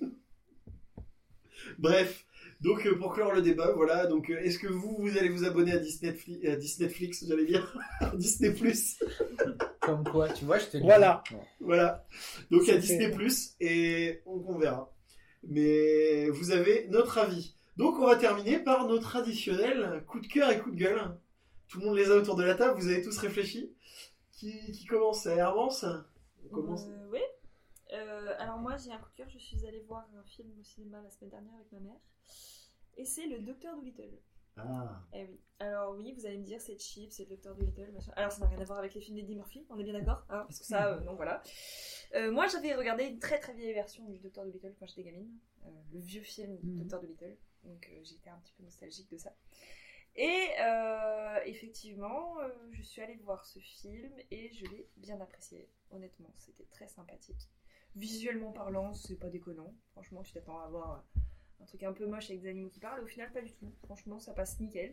Bref, donc euh, pour clore le débat, voilà. Donc, euh, est-ce que vous, vous allez vous abonner à Disney, à Disneyflix, j'allais dire, à Disney Plus, Comme quoi, tu vois, je te le dis. Voilà. voilà. Donc Ça à fait- Disney Plus et on, on verra. Mais vous avez notre avis. Donc on va terminer par nos traditionnels coup de cœur et coup de gueule. Tout le monde les a autour de la table. Vous avez tous réfléchi. Qui, qui commence? Ça avance. On commence. Euh, oui. Euh, alors moi j'ai un coup de cœur, je suis allée voir un film au cinéma la semaine dernière avec ma mère. Et c'est le Docteur Dolittle. Ah. Eh oui. Alors oui, vous allez me dire c'est cheap, c'est le Docteur Dolittle, machin. Alors ça n'a rien à voir avec les films d'Eddie Murphy, on est bien d'accord hein. Parce que ça, euh, non voilà. Euh, moi j'avais regardé une très très vieille version du Docteur Dolittle quand j'étais gamine. Euh, le vieux film Mhm. Docteur Dolittle. Donc euh, j'étais un petit peu nostalgique de ça. Et euh, effectivement, euh, je suis allée voir ce film et je l'ai bien apprécié. Honnêtement, c'était très sympathique. Visuellement parlant, c'est pas déconnant. Franchement, tu t'attends à voir un truc un peu moche avec des animaux qui parlent. Et au final, pas du tout. Franchement, ça passe nickel.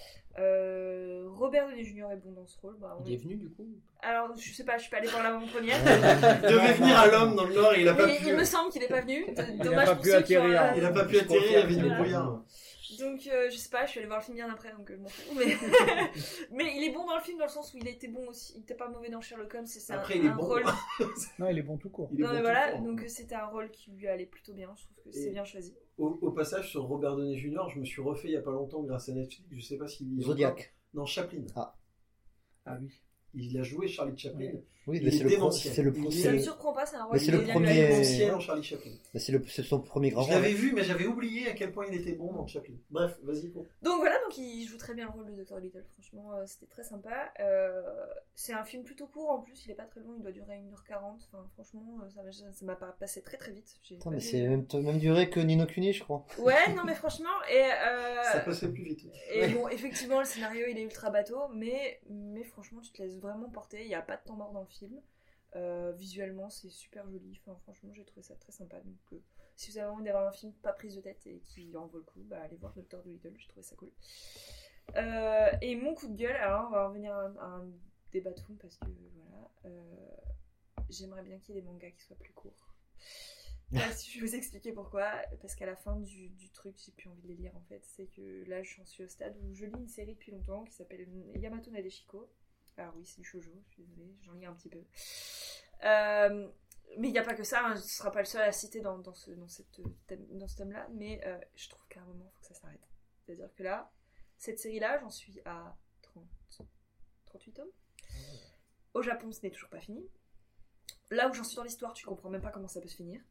Euh, Robert Downey junior est bon dans ce rôle. Bah, on Il est- est venu du coup. Alors, je sais pas, je suis pas allée voir l'avant-première. Il devait venir à l'homme dans le Nord et il a pas Mais pu. il me semble qu'il est pas venu. D- Il a Dommage pas pour pu ceux qui ont, atterrir. euh, Il a pas pu Je atterrir, il y avait du Voilà. brouillard. Donc, euh, je sais pas, je suis allée voir le film bien après, donc euh, je m'en fous. Mais... mais il est bon dans le film dans le sens où il était bon aussi. Il était pas mauvais dans Sherlock Holmes. C'est un, Après, il est un bon. rôle. Non, il est bon tout court. Il est Non, mais bon voilà, tout le temps. donc euh, c'était un rôle qui lui allait plutôt bien. Je trouve que c'est Et- bien choisi. Au, au passage, sur Robert Downey junior, je me suis refait il y a pas longtemps grâce à Netflix. Je sais pas s'il y est Zodiac. encore. Non, Chaplin. Ah oui. Il a joué Charlie Chaplin. Ouais. Oui, Il mais est c'est le, pro- démentiel. c'est le, Il pro- est- c'est Ça me le- surprend pas, c'est un rôle Mais c'est qui le lui allait premier- bien. Démentiel en Charlie Chaplin. mais c'est le- c'est son premier grand Je rôle. l'avais vu, mais j'avais oublié à quel point il était bon dans Chaplin. Bref, vas-y. Bon. Donc voilà, donc il joue très bien le rôle de Docteur Little. Franchement, euh, c'était très sympa. Euh, c'est un film plutôt court en plus, il est pas très long, il doit durer une heure quarante. Enfin, franchement, euh, ça m'a, ça m'a pas- passé très très vite. J'ai Putain, pas mais vu- c'est même, même durée que Nino Kuni, je crois. Ouais, non, mais franchement, et. euh, Ça passait plus vite. Et bon, effectivement, le scénario il est ultra bateau, mais, mais franchement, tu te laisses vraiment porter. Il n'y a pas de temps mort dans le film. Euh, visuellement, c'est super joli. Enfin, franchement, j'ai trouvé ça très sympa. Donc, euh, si vous avez envie d'avoir un film pas prise de tête et qui en vaut le coup, bah, allez voir Docteur Dolittle. J'ai trouvé ça cool. Euh, et mon coup de gueule, alors on va revenir à un, à un débat tout parce que voilà, euh, j'aimerais bien qu'il y ait des mangas qui soient plus courts. Euh, si je vais vous expliquer pourquoi, parce qu'à la fin du, du truc, j'ai plus envie de les lire en fait. C'est que là, je suis au stade où je lis une série depuis longtemps qui s'appelle Yamato Nadeshiko. Alors oui, c'est du shoujo, je suis désolée, j'en lis un petit peu. Euh, mais il n'y a pas que ça, hein, ce ne sera pas le seul à citer dans, dans, ce, dans, cette thème, dans ce thème-là, mais euh, je trouve qu'à un moment, il faut que ça s'arrête. C'est-à-dire que là, cette série-là, j'en suis à trente, trente-huit tomes. Au Japon, ce n'est toujours pas fini. Là où j'en suis dans l'histoire, tu comprends même pas comment ça peut se finir.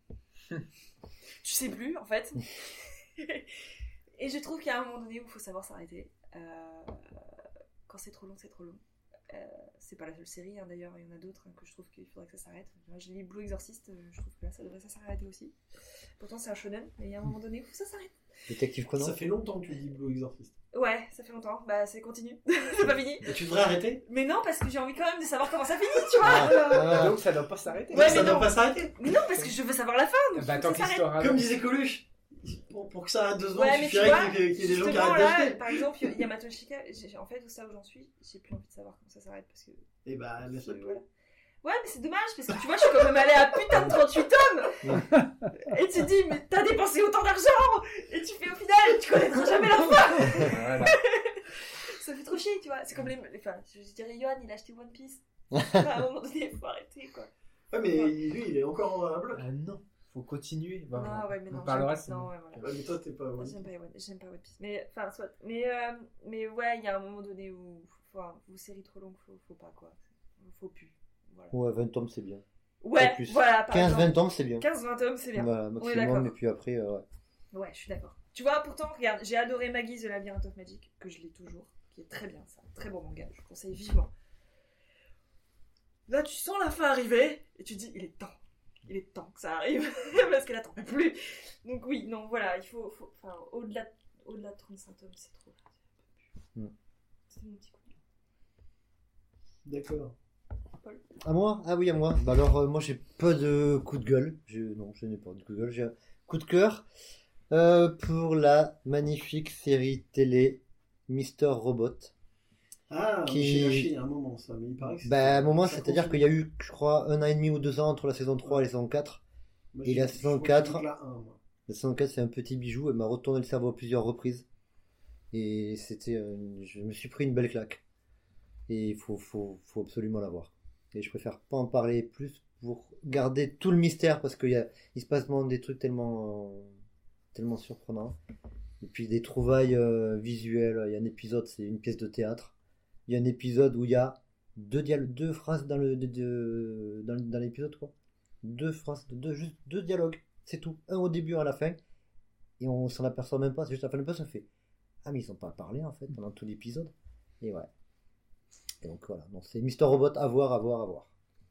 Tu sais plus, en fait. Et je trouve qu'il y a un moment donné où il faut savoir s'arrêter. Euh, quand c'est trop long, c'est trop long. Euh, c'est pas la seule série, hein, d'ailleurs, il y en a d'autres hein, que je trouve qu'il faudrait que ça s'arrête. Moi, j'ai lu Blue Exorcist, euh, je trouve que là, ça devrait ça s'arrêter aussi. Pourtant, c'est un shonen, mais il y a un moment donné où ça s'arrête. Détective Conan. Ça fait longtemps que tu dis Blue Exorcist. Ouais, ça fait longtemps. Bah, c'est continue. C'est pas fini. Et tu devrais arrêter. Mais non, parce que j'ai envie quand même de savoir comment ça finit, tu vois. Ah, Donc ça doit pas s'arrêter. Ouais, ça mais doit non. pas s'arrêter. Mais non, parce que je veux savoir la fin. donc Bah faut tant que que ça s'arrête. l'histoire Comme avance. disait Coluche, pour, pour que ça arrête deux secondes, Ouais, il mais tu suffirait vois, qu'il y ait- qu'il y ait des gens qui justement, arrêtent là, d'acheter. par exemple, Yamato Shika, j'ai- en fait, au stade où j'en suis, j'ai plus envie de savoir comment ça s'arrête parce que Et bah, laisse-le. voilà. Ouais, mais c'est dommage parce que tu vois, je suis quand même allée à putain de trente-huit tomes. Et tu te dis, mais t'as dépensé autant d'argent. Et tu fais au final, tu connaîtras jamais la fin. Voilà. Ça fait trop chier, tu vois. C'est comme les. Enfin, je dirais, Yohan, il a acheté One Piece. Enfin, à un moment donné, il faut arrêter, quoi. Ouais, mais lui, il est encore en bloc. Ah non, faut continuer. Bon, non, ouais, mais on non. parlera, j'aime- c'est non, bon. ouais, voilà. Ouais, mais toi, t'es pas. Moi, J'aime pas, One- j'aime pas One Piece. Mais, enfin, soit. Mais, euh, mais ouais, il y a un moment donné où. Enfin, vos séries trop longues, faut, faut pas, quoi. Faut plus. Voilà. Ouais, vingt tomes, c'est bien. Ouais, plus. voilà, par quinze vingt exemple. tomes, c'est bien. quinze vingt tomes, c'est bien. Voilà, On est maximum, d'accord. et puis après, euh, ouais. Ouais, je suis d'accord. Tu vois, pourtant, regarde, j'ai adoré Maggie The Labyrinth of Magic, que je l'ai toujours, qui est très bien, ça. Très bon manga, je conseille vivement. Là, tu sens la fin arriver, et tu te dis, il est temps. Il est temps que ça arrive, parce qu'elle attend plus. Donc oui, non, voilà, il faut... faut enfin, au-delà, au-delà de trente-cinq tomes, c'est trop. Mm. C'est mon petit coup de gueule. D'accord. À moi? Ah oui, à moi. Bah alors, euh, moi, j'ai pas de coup de gueule. Je... Non, je n'ai pas de coup de gueule. J'ai un coup de cœur euh, pour la magnifique série télé Mister Robot. Ah, Qui- qui... j'ai lâché un moment, ça, mais il paraît que c'est. Bah, à un moment, ça c'est-à-dire qu'il continue. y a eu, je crois, un an et demi ou deux ans entre la saison trois et la saison quatre. Moi, et j'ai- la je saison crois que quatre. j'ai vu que la un, moi. La saison quatre, c'est un petit bijou. Elle m'a retourné le cerveau à plusieurs reprises. Et c'était. euh, Je me suis pris une belle claque. Et il faut, faut, faut absolument la voir. Et je préfère pas en parler plus pour garder tout le mystère parce qu'il y a, il se passe vraiment des trucs tellement, euh, tellement surprenants. Et puis des trouvailles euh, visuelles. Il y a un épisode, c'est une pièce de théâtre. Il y a un épisode où il y a deux, dial- deux phrases dans, le, de, de- dans, dans l'épisode, quoi. Deux phrases, deux, juste deux dialogues. C'est tout. Un au début, un à la fin. Et on s'en aperçoit même pas. C'est juste à la fin de l'épisode, ça fait. Ah, mais ils ont pas parlé en fait pendant tout l'épisode. Et ouais. Et donc voilà. Donc c'est Mister Robot à voir, à voir, à voir.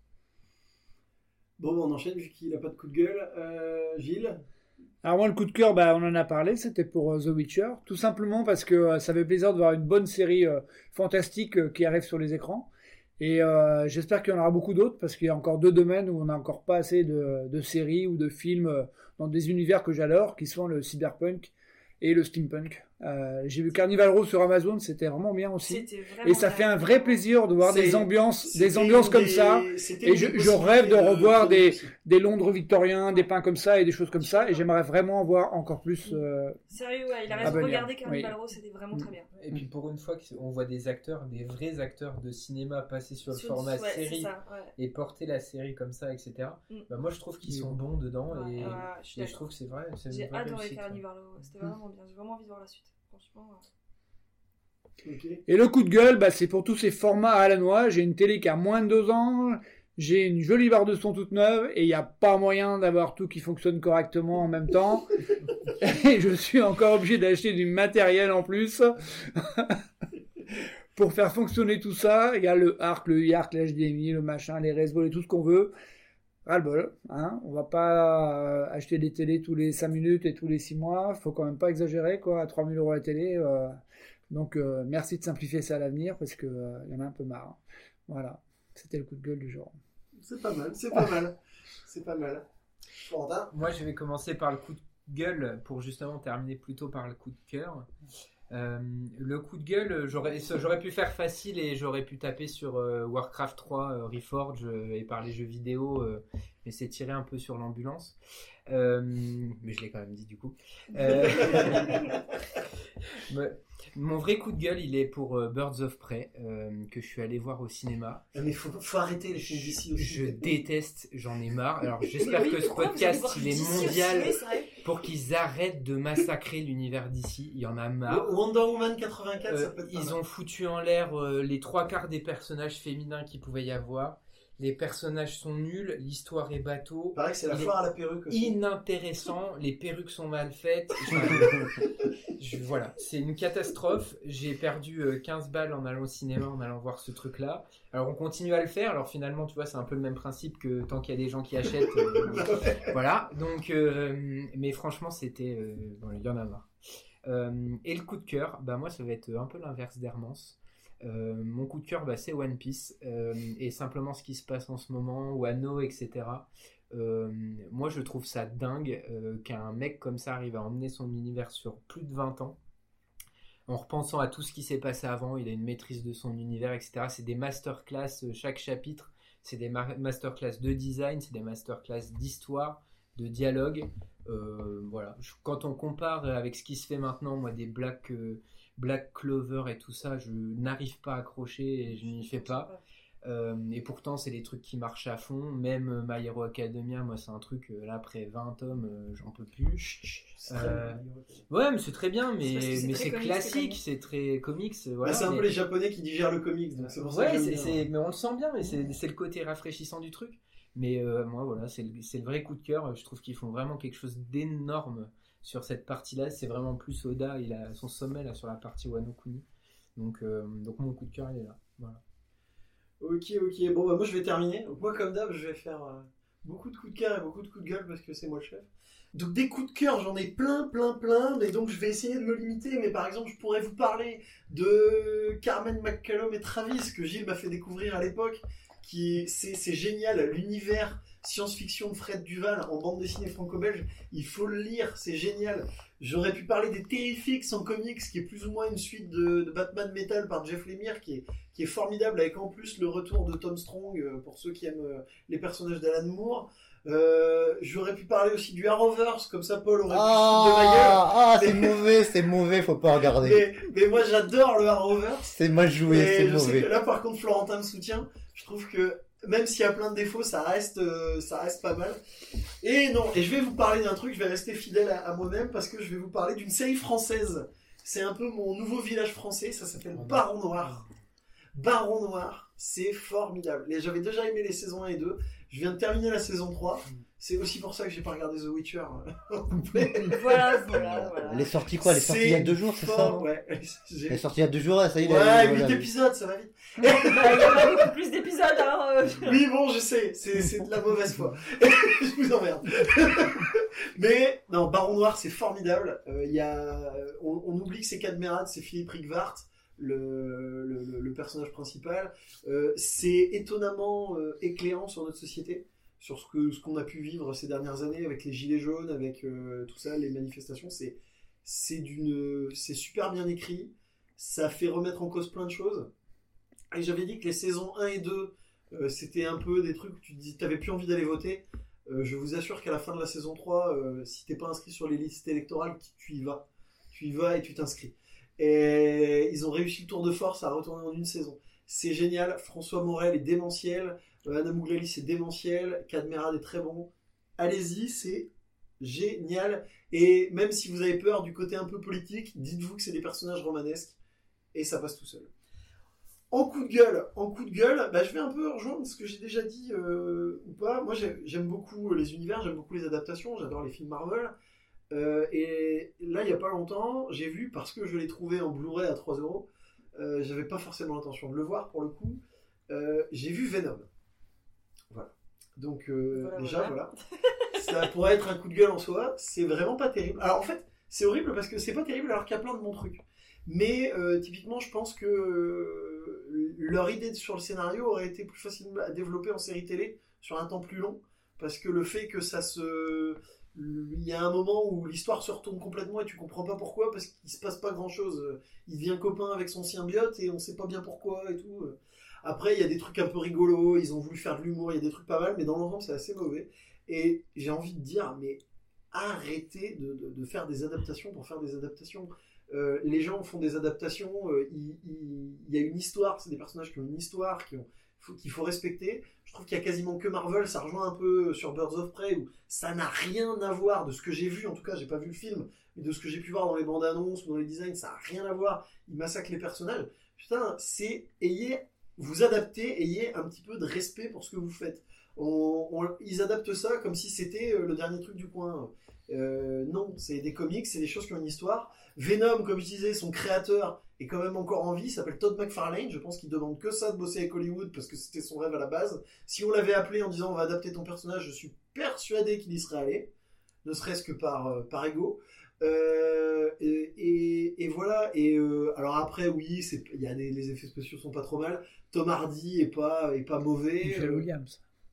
Bon, on enchaîne vu qu'il a pas de coup de gueule. Euh, Gilles. Alors moi le coup de cœur, bah, on en a parlé, c'était pour euh, The Witcher, tout simplement parce que euh, ça fait plaisir de voir une bonne série euh, fantastique euh, qui arrive sur les écrans. Et euh, j'espère qu'il y en aura beaucoup d'autres parce qu'il y a encore deux domaines où on n'a encore pas assez de, de séries ou de films euh, dans des univers que j'adore, qui sont le cyberpunk et le steampunk. Euh, j'ai vu Carnival Row sur Amazon, c'était vraiment bien aussi. C'était vraiment Et ça bien. fait un vrai plaisir de voir C'est- des ambiances, des C'était ambiances une comme des- ça. c'était Et une je- des je rêve de possibilités revoir des- aussi. Des Londres victoriens, des peints comme ça et des choses comme ça. Et j'aimerais vraiment en voir encore plus. euh, Sérieux, ouais, il a à raison de venir. regarder Carnival Oui. Row, c'était vraiment très bien. Et puis pour une fois qu'on voit des acteurs, des vrais acteurs de cinéma passer sur le Sur- format ouais, c'est série ça, ouais. et porter la série comme ça, et cetera. Mm. Bah moi je trouve qu'ils sont bons dedans Ouais, et, ouais, je suis et je d'accord. trouve que c'est vrai. c'est une J'ai vraie adoré réussite, Carnival Row, c'était vraiment bien. J'ai vraiment envie de voir la suite. Franchement. euh. Ok. Et le coup de gueule, bah, c'est pour tous ces formats à la noix. J'ai une télé qui a moins de deux ans. J'ai une jolie barre de son toute neuve. Et il n'y a pas moyen d'avoir tout qui fonctionne correctement en même temps. Et je suis encore obligé d'acheter du matériel en plus. Pour faire fonctionner tout ça, il y a le ARC, le I A R C, l'H D M I, le machin, les Resbol et tout ce qu'on veut. Ras-le-bol, hein. On va pas euh, acheter des télés tous les cinq minutes et tous les six mois. Faut quand même pas exagérer, quoi. À trois mille euros la télé. euh, Donc, euh, merci de simplifier ça à l'avenir parce que euh, y en a un peu marre. Voilà. C'était le coup de gueule du jour. C'est pas mal, c'est pas mal. C'est pas mal. Florentine. Moi, je vais commencer par le coup de gueule pour justement terminer plutôt par le coup de cœur. Euh, le coup de gueule, j'aurais, j'aurais pu faire facile et j'aurais pu taper sur euh, Warcraft trois, euh, Reforged euh, et par les jeux vidéo, euh, mais c'est tiré un peu sur l'ambulance. Euh, mais je l'ai quand même dit du coup. Euh, mais, mon vrai coup de gueule, il est pour euh, Birds of Prey, euh, que je suis allé voir au cinéma. Ah, mais faut, faut arrêter les films d'ici aussi. Je déteste, j'en ai marre. Alors j'espère Mais oui, que ce pourquoi vous allez podcast voir il est d'ici aussi, mondial oui, c'est vrai. pour qu'ils arrêtent de massacrer l'univers d'ici. Il y en a marre. Wonder Woman quatre-vingt-quatre, ça Euh, peut être pas ils mal. ont foutu en l'air euh, les trois quarts des personnages féminins qu'il pouvait y avoir. Les personnages sont nuls, l'histoire est bateau, Il paraît que c'est la il est foire à la perruque aussi. inintéressant, les perruques sont mal faites. Je- je- voilà, c'est une catastrophe. J'ai perdu euh, quinze balles en allant au cinéma, en allant voir ce truc-là. Alors on continue à le faire. Alors finalement, tu vois, c'est un peu le même principe que tant qu'il y a des gens qui achètent. euh, voilà, donc, euh, mais franchement, c'était. euh, bon, il y en a marre. Euh, et le coup de cœur, bah moi, ça va être un peu l'inverse d'Hermance. Euh, mon coup de cœur, bah, c'est One Piece euh, et simplement ce qui se passe en ce moment, Wano, et cetera. Euh, moi, je trouve ça dingue euh, qu'un mec comme ça arrive à emmener son univers sur plus de vingt ans. En repensant à tout ce qui s'est passé avant, il a une maîtrise de son univers, et cetera. C'est des masterclass euh, chaque chapitre c'est des ma- masterclass de design, c'est des masterclass d'histoire, de dialogue. Euh, voilà. Je- quand on compare avec ce qui se fait maintenant, moi, des Black, euh, Black Clover et tout ça, je n'arrive pas à accrocher et je n'y fais pas. Euh, et pourtant, c'est des trucs qui marchent à fond. Même euh, My Hero Academia, moi, c'est un truc, euh, là, après vingt tomes, euh, j'en peux plus. C'est Euh, très bien. Ouais, mais c'est très bien, mais C'est parce que c'est mais très c'est comics, classique, c'est c'est très comics. Bah, Voilà, c'est un mais... peu les Japonais qui digèrent le comics, donc c'est pour ça Ouais, que j'aime c'est, bien. c'est- mais on le sent bien, mais c'est, c'est le côté rafraîchissant du truc. Mais euh, moi, voilà, c'est le, c'est le vrai coup de cœur. Je trouve qu'ils font vraiment quelque chose d'énorme sur cette partie-là. C'est vraiment plus Oda, il a son sommet là sur la partie Wano Kuni. Donc, euh, donc mon coup de cœur, il est là. Voilà. Ok, ok. Bon, bah, moi je vais terminer. Donc, moi, comme d'hab, je vais faire euh, beaucoup de coups de cœur et beaucoup de coups de gueule parce que c'est moi le chef. Donc, des coups de cœur, j'en ai plein, plein, plein. Mais donc, je vais essayer de me limiter. Mais par exemple, je pourrais vous parler de Carmen McCallum et Travis que Gilles m'a fait découvrir à l'époque. Qui est, c'est, c'est génial. L'univers science-fiction de Fred Duval en bande dessinée franco-belge. Il faut le lire, c'est génial. J'aurais pu parler des Terrifics en comics, qui est plus ou moins une suite de, de Batman Metal par Jeff Lemire, qui est, qui est formidable, avec en plus le retour de Tom Strong, euh, pour ceux qui aiment euh, les personnages d'Alan Moore. Euh, j'aurais pu parler aussi du Arrowverse, comme ça Paul aurait pu se foutre de ma gueule. Ah, ah, c'est Mais- mauvais, c'est mauvais, faut pas regarder. Mais, mais moi j'adore le Arrowverse. C'est mal joué, Et c'est je sais mauvais. que là par contre Florentin me soutient. Je trouve que même s'il y a plein de défauts, ça reste, euh, ça reste pas mal. Et non, et je vais vous parler d'un truc, je vais rester fidèle à, à moi-même parce que je vais vous parler d'une série française. C'est un peu mon nouveau village français, ça s'appelle Baron Noir. Baron Noir, c'est formidable. Et j'avais déjà aimé les saisons un et deux. Je viens de terminer la saison trois. C'est aussi pour ça que j'ai pas regardé The Witcher euh, en complet. Voilà, voilà, voilà. Elle est sortie quoi? Elle est sortie il y a deux jours, c'est ça? fort, non ouais. Elle J'ai- est sortie il y a deux jours, ça y est. Ouais, elle- huit voilà. épisodes, ça va vite. Bah, il y en a beaucoup plus d'épisodes, hein. euh. Oui, bon, je sais, c'est, c'est de la mauvaise foi. Je vous emmerde. Mais, non, Baron Noir, c'est formidable. Euh, il y a, on, on oublie que c'est Cadmerade, c'est Philippe Rigvart, le, le, le- le personnage principal. Euh, c'est étonnamment euh, éclairant sur notre société, sur ce, que, ce qu'on a pu vivre ces dernières années avec les gilets jaunes, avec euh, tout ça, les manifestations. C'est, c'est, d'une, c'est super bien écrit. Ça fait remettre en cause plein de choses. Et j'avais dit que les saisons un et deux, euh, c'était un peu des trucs où tu dis, t'avais plus envie d'aller voter. Euh, je vous assure qu'à la fin de la saison trois, euh, si t'es pas inscrit sur les listes électorales, tu y vas. Tu y vas et tu t'inscris. Et ils ont réussi le tour de force à retourner en une saison. C'est génial. François Morel est démentiel. Euh, Anna Mouglali, c'est démentiel. Cadmerade est très bon. Allez-y, c'est génial. Et même si vous avez peur du côté un peu politique, dites-vous que c'est des personnages romanesques. Et ça passe tout seul. En coup de gueule, en coup de gueule, bah, je vais un peu rejoindre ce que j'ai déjà dit euh, ou pas. Moi, j'aime, j'aime beaucoup les univers, j'aime beaucoup les adaptations, j'adore les films Marvel. Euh, et là, il n'y a pas longtemps, j'ai vu, parce que je l'ai trouvé en Blu-ray à trois euros, euh, j'avais pas forcément l'intention de le voir pour le coup, euh, j'ai vu Venom. Voilà. Donc, euh, Voilà, déjà, voilà. voilà. Ça pourrait être un coup de gueule en soi, c'est vraiment pas terrible. Alors, en fait, c'est horrible parce que c'est pas terrible alors qu'il y a plein de bons trucs. Mais euh, typiquement, je pense que euh, leur idée sur le scénario aurait été plus facile à développer en série télé sur un temps plus long, parce que le fait que ça se, il y a un moment où l'histoire se retourne complètement et tu comprends pas pourquoi, parce qu'il se passe pas grand chose. Il devient copain avec son symbiote et on sait pas bien pourquoi et tout. Après, il y a des trucs un peu rigolos, ils ont voulu faire de l'humour, il y a des trucs pas mal, mais dans l'ensemble, c'est assez mauvais. Et j'ai envie de dire, mais arrêtez de, de, de faire des adaptations pour faire des adaptations. Euh, les gens font des adaptations, euh, il, il, il y a une histoire, c'est des personnages qui ont une histoire, qui ont, faut, qu'il faut respecter. Je trouve qu'il y a quasiment que Marvel, ça rejoint un peu sur Birds of Prey, où ça n'a rien à voir de ce que j'ai vu, en tout cas j'ai pas vu le film, mais de ce que j'ai pu voir dans les bandes annonces ou dans les designs, ça n'a rien à voir, ils massacrent les personnages. Putain, c'est, ayez, vous adaptez, ayez un petit peu de respect pour ce que vous faites. On, on, ils adaptent ça comme si c'était le dernier truc du coin. Euh, non, c'est des comics, c'est des choses qui ont une histoire. Venom, comme je disais, son créateur est quand même encore en vie, il s'appelle Todd McFarlane, je pense qu'il demande que ça de bosser avec Hollywood parce que c'était son rêve à la base. Si on l'avait appelé en disant on va adapter ton personnage, je suis persuadé qu'il y serait allé, ne serait-ce que par, euh, par ego. Euh, et, et, et voilà, et euh, alors après, oui, c'est, y a des, les effets spéciaux sont pas trop mal. Tom Hardy est pas, est pas mauvais. Michel euh, Williams.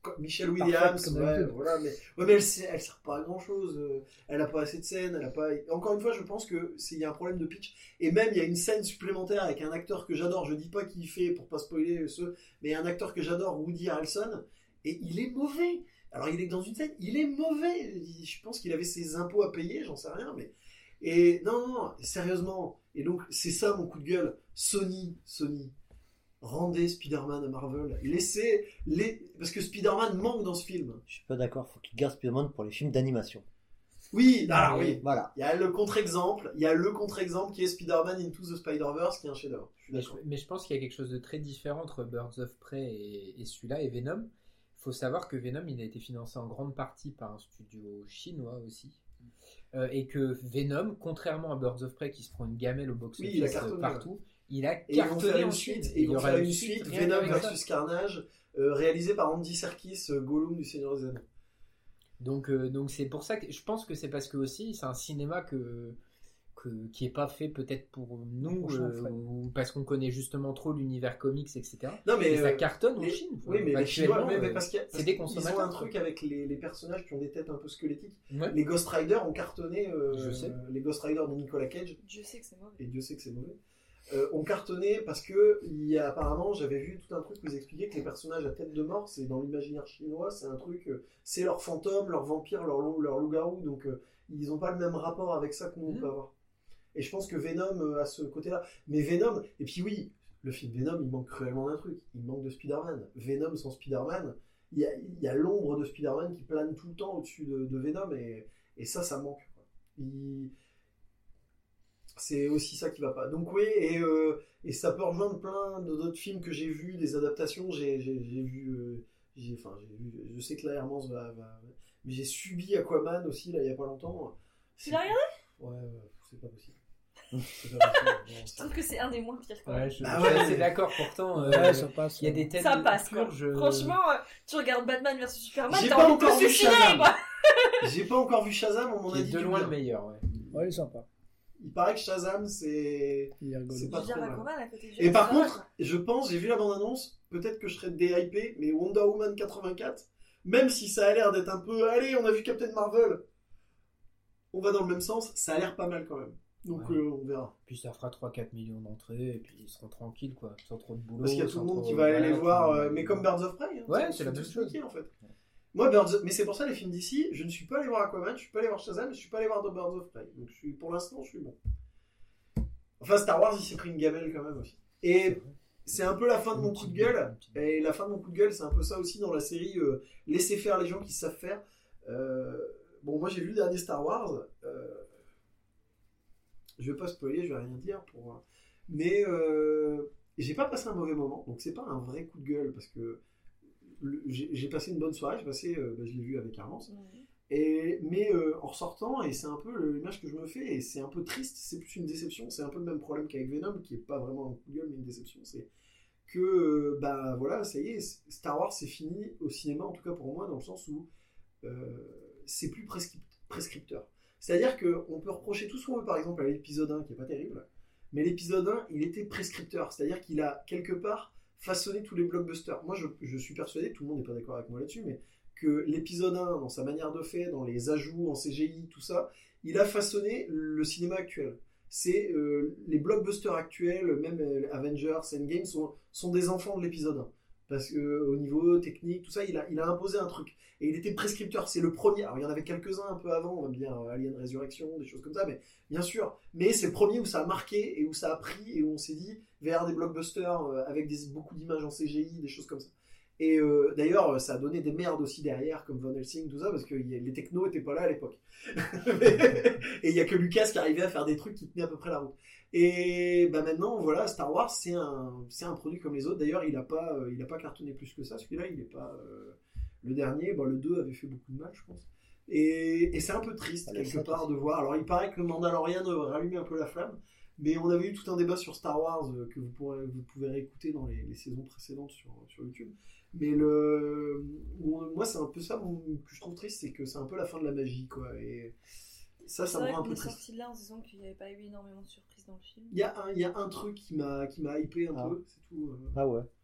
Michelle Williams, comme ouais, d'habitude. voilà, mais, ouais, mais elle, sert- elle sert pas à grand chose. Elle a pas assez de scènes, elle a pas. Encore une fois, je pense que c'est il y a un problème de pitch. Et même il y a une scène supplémentaire avec un acteur que j'adore. Je dis pas qui il fait pour pas spoiler ceux, mais un acteur que j'adore, Woody Harrelson, et il est mauvais. Alors il est dans une scène, il est mauvais. Il- je pense qu'il avait ses impôts à payer, j'en sais rien, mais. Et non, non, non, sérieusement. Et donc c'est ça mon coup de gueule. Sony, Sony. Rendez Spider-Man à Marvel. Laissez les. Parce que Spider-Man manque dans ce film. Je suis pas d'accord, faut qu'ils gardent Spider-Man pour les films d'animation. Oui, alors oui. Voilà. Il y a le contre-exemple. Il y a le contre-exemple qui est Spider-Man Into the Spider-Verse qui est un chef-d'œuvre. Je suis Mais je, d'accord. mais je pense qu'il y a quelque chose de très différent entre Birds of Prey et, et celui-là et Venom. Il faut savoir que Venom, il a été financé en grande partie par un studio chinois aussi. Euh, et que Venom, contrairement à Birds of Prey qui se prend une gamelle au box-office Oui, il a cartonné, partout, il a Et ils vont cartonné faire une ensuite. suite. Et ils vont Il y aura faire une suite. rien Venom qu'avec ça. versus Carnage, euh, réalisée par Andy Serkis, euh, Gollum du Seigneur des Anneaux. Donc, euh, donc c'est pour ça que je pense que c'est parce que aussi c'est un cinéma que, que qui est pas fait peut-être pour nous Prochain, euh, Fred. ou parce qu'on connaît justement trop l'univers comics, et cetera. Non mais Et ça euh, cartonne en les- Chine. oui, mais les Chinois, Actuellement, oui, mais euh, parce qu'il y a- c'est parce des qu'ils consommateurs. ont un truc avec les, les personnages qui ont des têtes un peu squelettiques. ouais. Les Ghost Rider ont cartonné. euh, Je sais. Les Ghost Rider de Nicolas Cage. Dieu sait que c'est mauvais. Et Dieu sait que c'est mauvais, euh, ont cartonné parce que il y a, apparemment j'avais vu tout un truc où ils expliquaient que les personnages à tête de mort, c'est dans l'imaginaire chinois, c'est un truc, euh, c'est leur fantôme, leur vampire, leur, loup- leur loup-garou, donc euh, ils n'ont pas le même rapport avec ça que nous on Mhm. peut avoir. Et je pense que Venom euh, a ce côté-là. Mais Venom, et puis oui, le film Venom, il manque cruellement d'un truc, il manque de Spider-Man. Venom sans Spider-Man, il y a, il y a l'ombre de Spider-Man qui plane tout le temps au-dessus de, de Venom, et, et ça, ça manque. Quoi. Il... C'est aussi ça qui va pas. Donc oui, et, euh, et ça peut rejoindre plein de- d'autres films que j'ai vus, des adaptations. J'ai, j'ai, j'ai vu, euh, j'ai, enfin, j'ai vu, je sais que la Hermance va, va, mais j'ai subi Aquaman aussi là il y a pas longtemps. Tu l'as regardé ? Ouais, ouais, c'est pas possible. C'est pas possible. Non, Je c'est- trouve que c'est un des moins pires quand même. Ouais, je, Ah je suis ouais, assez mais- d'accord. Pourtant, euh, Ouais, ça passe. il y a des thèmes Ça de passe quoi. purge. Franchement, euh, tu regardes Batman versus Superman, J'ai t'as pas envie de encore te vu suicider Shazam. quoi. J'ai pas encore vu Shazam, on m'en qui a est dit de du loin bien. le meilleur. Ouais. Ouais, il est sympa. Il paraît que Shazam c'est. Il est rigolo. C'est Je pas veux dire, trop mal. Aquaman à côté de Et par James contre, Bond. je pense, j'ai vu la bande-annonce, peut-être que je serais déhypé, mais Wonder Woman quatre-vingt-quatre, même si ça a l'air d'être un peu, allez, on a vu Captain Marvel, on va dans le même sens, ça a l'air pas mal quand même. Donc Ouais. euh, on verra. Puis ça fera trois à quatre millions d'entrées et puis ils seront tranquilles quoi, sans trop de boulot. Parce qu'il y a tout sans le monde trop- qui va aller voilà, les voir, tout le euh, monde- mais comme Birds of Prey. Hein, Ouais, ça, c'est la tout même expliqué, chose. en fait. Moi, Birds of- mais c'est pour ça les films d'ici, je ne suis pas allé voir Aquaman, je suis pas allé voir Shazam, et je suis pas allé voir The Birds of Prey. Donc je suis, pour l'instant, je suis bon. Enfin, Star Wars, il s'est pris une gamelle quand même aussi. Et c'est un peu la fin de mon coup de gueule. Et la fin de mon coup de gueule, c'est un peu ça aussi dans la série euh, laissez faire les gens qui savent faire. Euh, bon, moi j'ai vu le dernier Star Wars. Euh, je vais pas spoiler, je vais rien dire pour. Mais euh, j'ai pas passé un mauvais moment, donc c'est pas un vrai coup de gueule parce que le- j'ai j'ai passé une bonne soirée. J'ai passé, euh, bah, je l'ai vu avec Armance. Ouais. Et, mais euh, en ressortant, et c'est un peu le- l'image que je me fais, et c'est un peu triste, c'est plus une déception, c'est un peu le même problème qu'avec Venom, qui est pas vraiment un coup de gueule, mais une déception, c'est que, euh, bah voilà, ça y est, Star Wars c'est fini au cinéma, en tout cas pour moi, dans le sens où euh, c'est plus prescrip- prescripteur. C'est-à-dire qu'on peut reprocher tout ce qu'on veut, par exemple, à l'épisode un, qui est pas terrible, mais l'épisode un, il était prescripteur, c'est-à-dire qu'il a quelque part façonné tous les blockbusters. Moi, je, je suis persuadé, tout le monde n'est pas d'accord avec moi là-dessus, mais que l'épisode un, dans sa manière de faire, dans les ajouts en C G I, tout ça, il a façonné le cinéma actuel. C'est euh, les blockbusters actuels, même euh, Avengers, Endgame, sont, sont des enfants de l'épisode un. Parce que euh, au niveau technique, tout ça, il a, il a imposé un truc. Et il était prescripteur. C'est le premier. Alors il y en avait quelques-uns un peu avant, on va me dire euh, Alien Resurrection, des choses comme ça, mais bien sûr. Mais c'est le premier où ça a marqué et où ça a pris et où on s'est dit vers des blockbusters euh, avec des, beaucoup d'images en C G I, des choses comme ça. Et euh, d'ailleurs, ça a donné des merdes aussi derrière, comme Van Helsing, tout ça, parce que y a- les technos étaient pas là à l'époque. Et il y a que Lucas qui arrivait à faire des trucs qui tenaient à peu près la route. Et bah maintenant, voilà, Star Wars, c'est un, c'est un produit comme les autres. D'ailleurs, il a pas, euh, il a pas cartonné plus que ça. Celui-là, il est pas. euh, le dernier, bon, le deux avait fait beaucoup de mal, je pense. Et, et c'est un peu triste, Ah, le quelque sept part, aussi. de voir. Alors, il paraît que le Mandalorian euh, rallumait un peu la flamme. Mais on avait eu tout un débat sur Star Wars euh, que vous, pourrez, vous pouvez réécouter dans les, les saisons précédentes sur, sur YouTube. Mais le, bon, moi, c'est un peu ça mon- que je trouve triste, c'est que c'est un peu la fin de la magie, quoi. Et ça, C'est ça me vrai rend un qu'on peu est triste. sorti de là en se disant qu'il n'y avait pas eu énormément de surprises dans le film. Il y a un, il y a un truc qui m'a, qui m'a hypé un Ah. peu, c'est tout. euh. Ah ouais.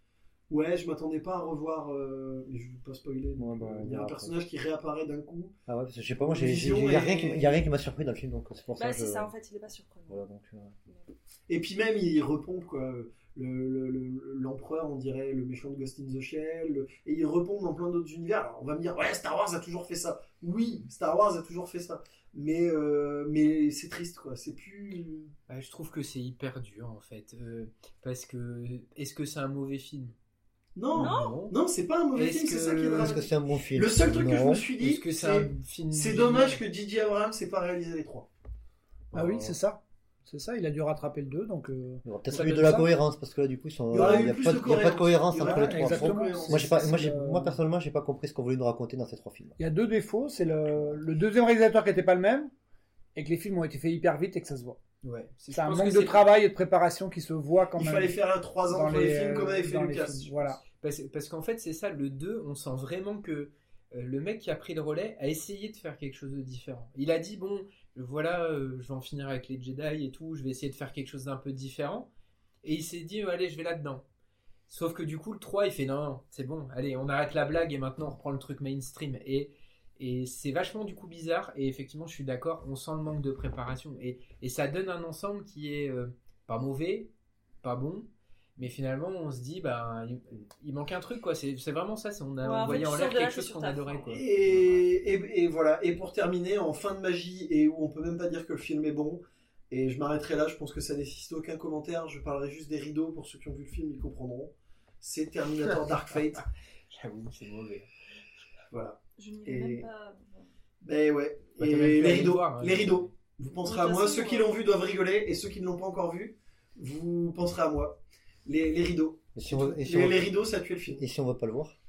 Ouais, je m'attendais pas à revoir, euh, mais je vais pas spoiler. Donc, Ouais, bah, euh, il y a un ouais, personnage qui réapparaît d'un coup. Ah ouais, parce que je sais pas, moi, j'ai, j'ai, Vision il y a et- rien qui, il y a rien qui m'a surpris dans le film, donc c'est pour ça Bah, que c'est je- ça, en fait, il est pas surprenant. Voilà, donc, euh, Et puis même, il repompe quoi. Le, le- le- l'empereur, on dirait le méchant de Ghost in the Shell, le- et il repompe dans plein d'autres univers. Alors, on va me dire, ouais, Star Wars a toujours fait ça. Oui, Star Wars a toujours fait ça. Mais, euh, mais c'est triste, quoi. C'est plus. Ouais, je trouve que c'est hyper dur en fait. Euh, parce que est-ce que c'est un mauvais film? Non, non, non, c'est pas un mauvais Est-ce film, c'est que- ça qui est est-ce que dramatique. c'est un bon film? Le seul truc que je Non. me suis dit, Est-ce que c'est c'est un film c'est génial? dommage que J J Abrams n'ait pas réalisé les trois. Ah oui, c'est ça. C'est ça, il a dû rattraper le deux, donc... euh, Il y aura peut-être Ça eu donne de la ça. cohérence, parce que là, du coup, ils sont, Il y aurait il eu n'y a, plus pas de de- il y a pas de cohérence Il y entre aurait- les trois. exactement. Moi, Moi, j'ai pas, C'est moi, j'ai, le- moi, personnellement, j'ai pas compris ce qu'on voulait nous raconter dans ces trois films. Il y a deux défauts, c'est le, le deuxième réalisateur qui n'était pas le même, et que les films ont été faits hyper vite et que ça se voit. Ouais. C'est C'est un je pense manque que de c'est- travail et de préparation qui se voit quand Il même. fallait faire un trois ans dans entre les, les, films comme avait dans fait les Lucas. films. Voilà. Parce, parce qu'en fait, c'est ça, le deux, on sent vraiment que euh, le mec qui a pris le relais a essayé de faire quelque chose de différent. Il a dit, bon, voilà, euh, je vais en finir avec les Jedi et tout, je vais essayer de faire quelque chose d'un peu différent. Et il s'est dit, allez, je vais là-dedans. Sauf que du coup, le trois, il fait, non, non, c'est bon, allez, on arrête la blague et maintenant on reprend le truc mainstream. Et, et c'est vachement du coup bizarre. Et effectivement, je suis d'accord, on sent le manque de préparation. Et, et ça donne un ensemble qui est euh, pas mauvais, pas bon. Mais finalement, on se dit, bah, il, il manque un truc, quoi. C'est, c'est vraiment ça. C'est, on a Ouais, en envoyé fait, en tu l'air sors de là, quelque t'es chose sur qu'on ta adorait, faim. quoi. Et, et, et voilà. Et pour terminer, en fin de magie, et où on peut même pas dire que le film est bon, et je m'arrêterai là, je pense que ça nécessite aucun commentaire, je parlerai juste des rideaux, pour ceux qui ont vu le film, ils comprendront. C'est Terminator Dark Fate. J'avoue, c'est mauvais. Voilà. Je n'irai Et- même pas. Ben ouais. Bah, Et t'as même pu les aller rideaux. voir, hein. Les rideaux. Vous penserez De à toute moi. façon, Ceux qui euh, l'ont vu doivent rigoler, et ceux qui ne l'ont pas encore vu, vous penserez à moi. Les, les rideaux. Et si on, veut- et si Les, on, les rideaux, ça a tué le film. et si on veut pas le voir?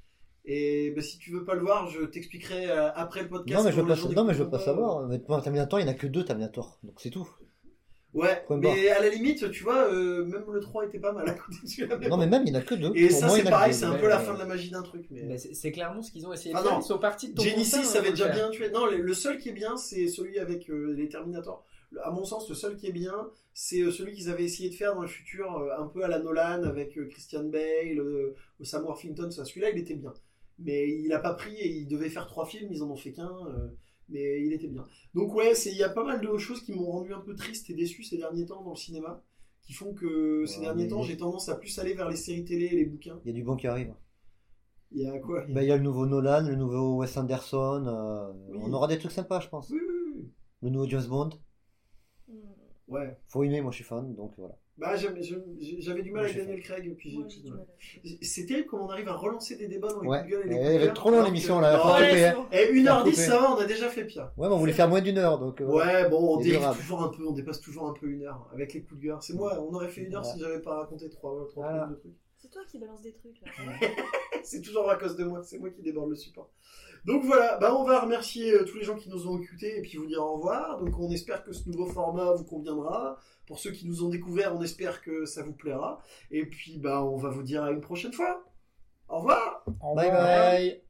Et ben, si tu veux pas le voir, je t'expliquerai euh, après le podcast. Non, mais je veux comment pas, les gens non, mais je veux découvriront pas savoir. Mais pour un Terminator, il n'y en a que deux Terminator. Donc c'est tout. Ouais, Point mais à la limite, tu vois, euh, même le trois était pas mal à côté de celui-là. Non, mais même, il n'y en a que deux. Et Pour ça, moi, il c'est y en a que pareil, deux. c'est un Ouais, peu la ouais. fin de la magie d'un truc. Mais... Bah, c'est, c'est clairement ce qu'ils ont essayé de Ah faire. non. Ils sont partis de ton Genesis constat, avait hein, déjà faut le bien faire. tué. Non, le, le seul qui est bien, c'est celui avec euh, les Terminators. Le- À mon sens, le seul qui est bien, c'est euh, celui qu'ils avaient essayé de faire dans le futur, euh, un peu à la Nolan, avec euh, Christian Bale, euh, Sam Worthington. Ça, celui-là, il était bien. Mais il a pas pris et il devait faire trois films, ils en ont fait qu'un. euh, mais il était bien. Donc ouais, c'est- il y a pas mal de choses qui m'ont rendu un peu triste et déçu ces derniers temps dans le cinéma, qui font que ces Ouais, derniers mais- temps, j'ai tendance à plus aller vers les séries télé et les bouquins. Il y a du bon qui arrive. Il y a quoi Ben, il y a le nouveau Nolan, le nouveau Wes Anderson. euh, Oui. On aura des trucs sympas, je pense. Oui, oui, oui. Le nouveau James Bond. Hmm. Ouais. Faut aimer, moi je suis fan, donc voilà. Bah, j'aime- j'aime- j'avais du mal Moi, avec j'ai Daniel Craig. Puis Moi, j'ai- j'ai du mal à- C'est terrible comment on arrive à relancer des débats dans les Ouais. coups de gueule et les Et coups de elle est gueule, trop long alors l'émission que- là. Non, faut Ouais, couper, c'est hein. bon. Eh, une heure dix, couper. ça va, on a déjà fait pire. Ouais, mais on voulait faire moins d'une heure, donc. euh, Ouais, bon, on C'est dérive durable. toujours un peu, on dépasse toujours un peu une heure avec les coups de gueule. C'est moi, on aurait fait une heure Ouais. si j'avais pas raconté trois, trois Voilà. minutes de trucs. C'est toi qui balance des trucs là. C'est toujours à cause de moi, c'est moi qui déborde le support. Donc voilà, bah on va remercier euh, tous les gens qui nous ont écoutés et puis vous dire au revoir. Donc on espère que ce nouveau format vous conviendra. Pour ceux qui nous ont découvert, on espère que ça vous plaira. Et puis bah on va vous dire à une prochaine fois. Au revoir. Au Bye revoir. bye!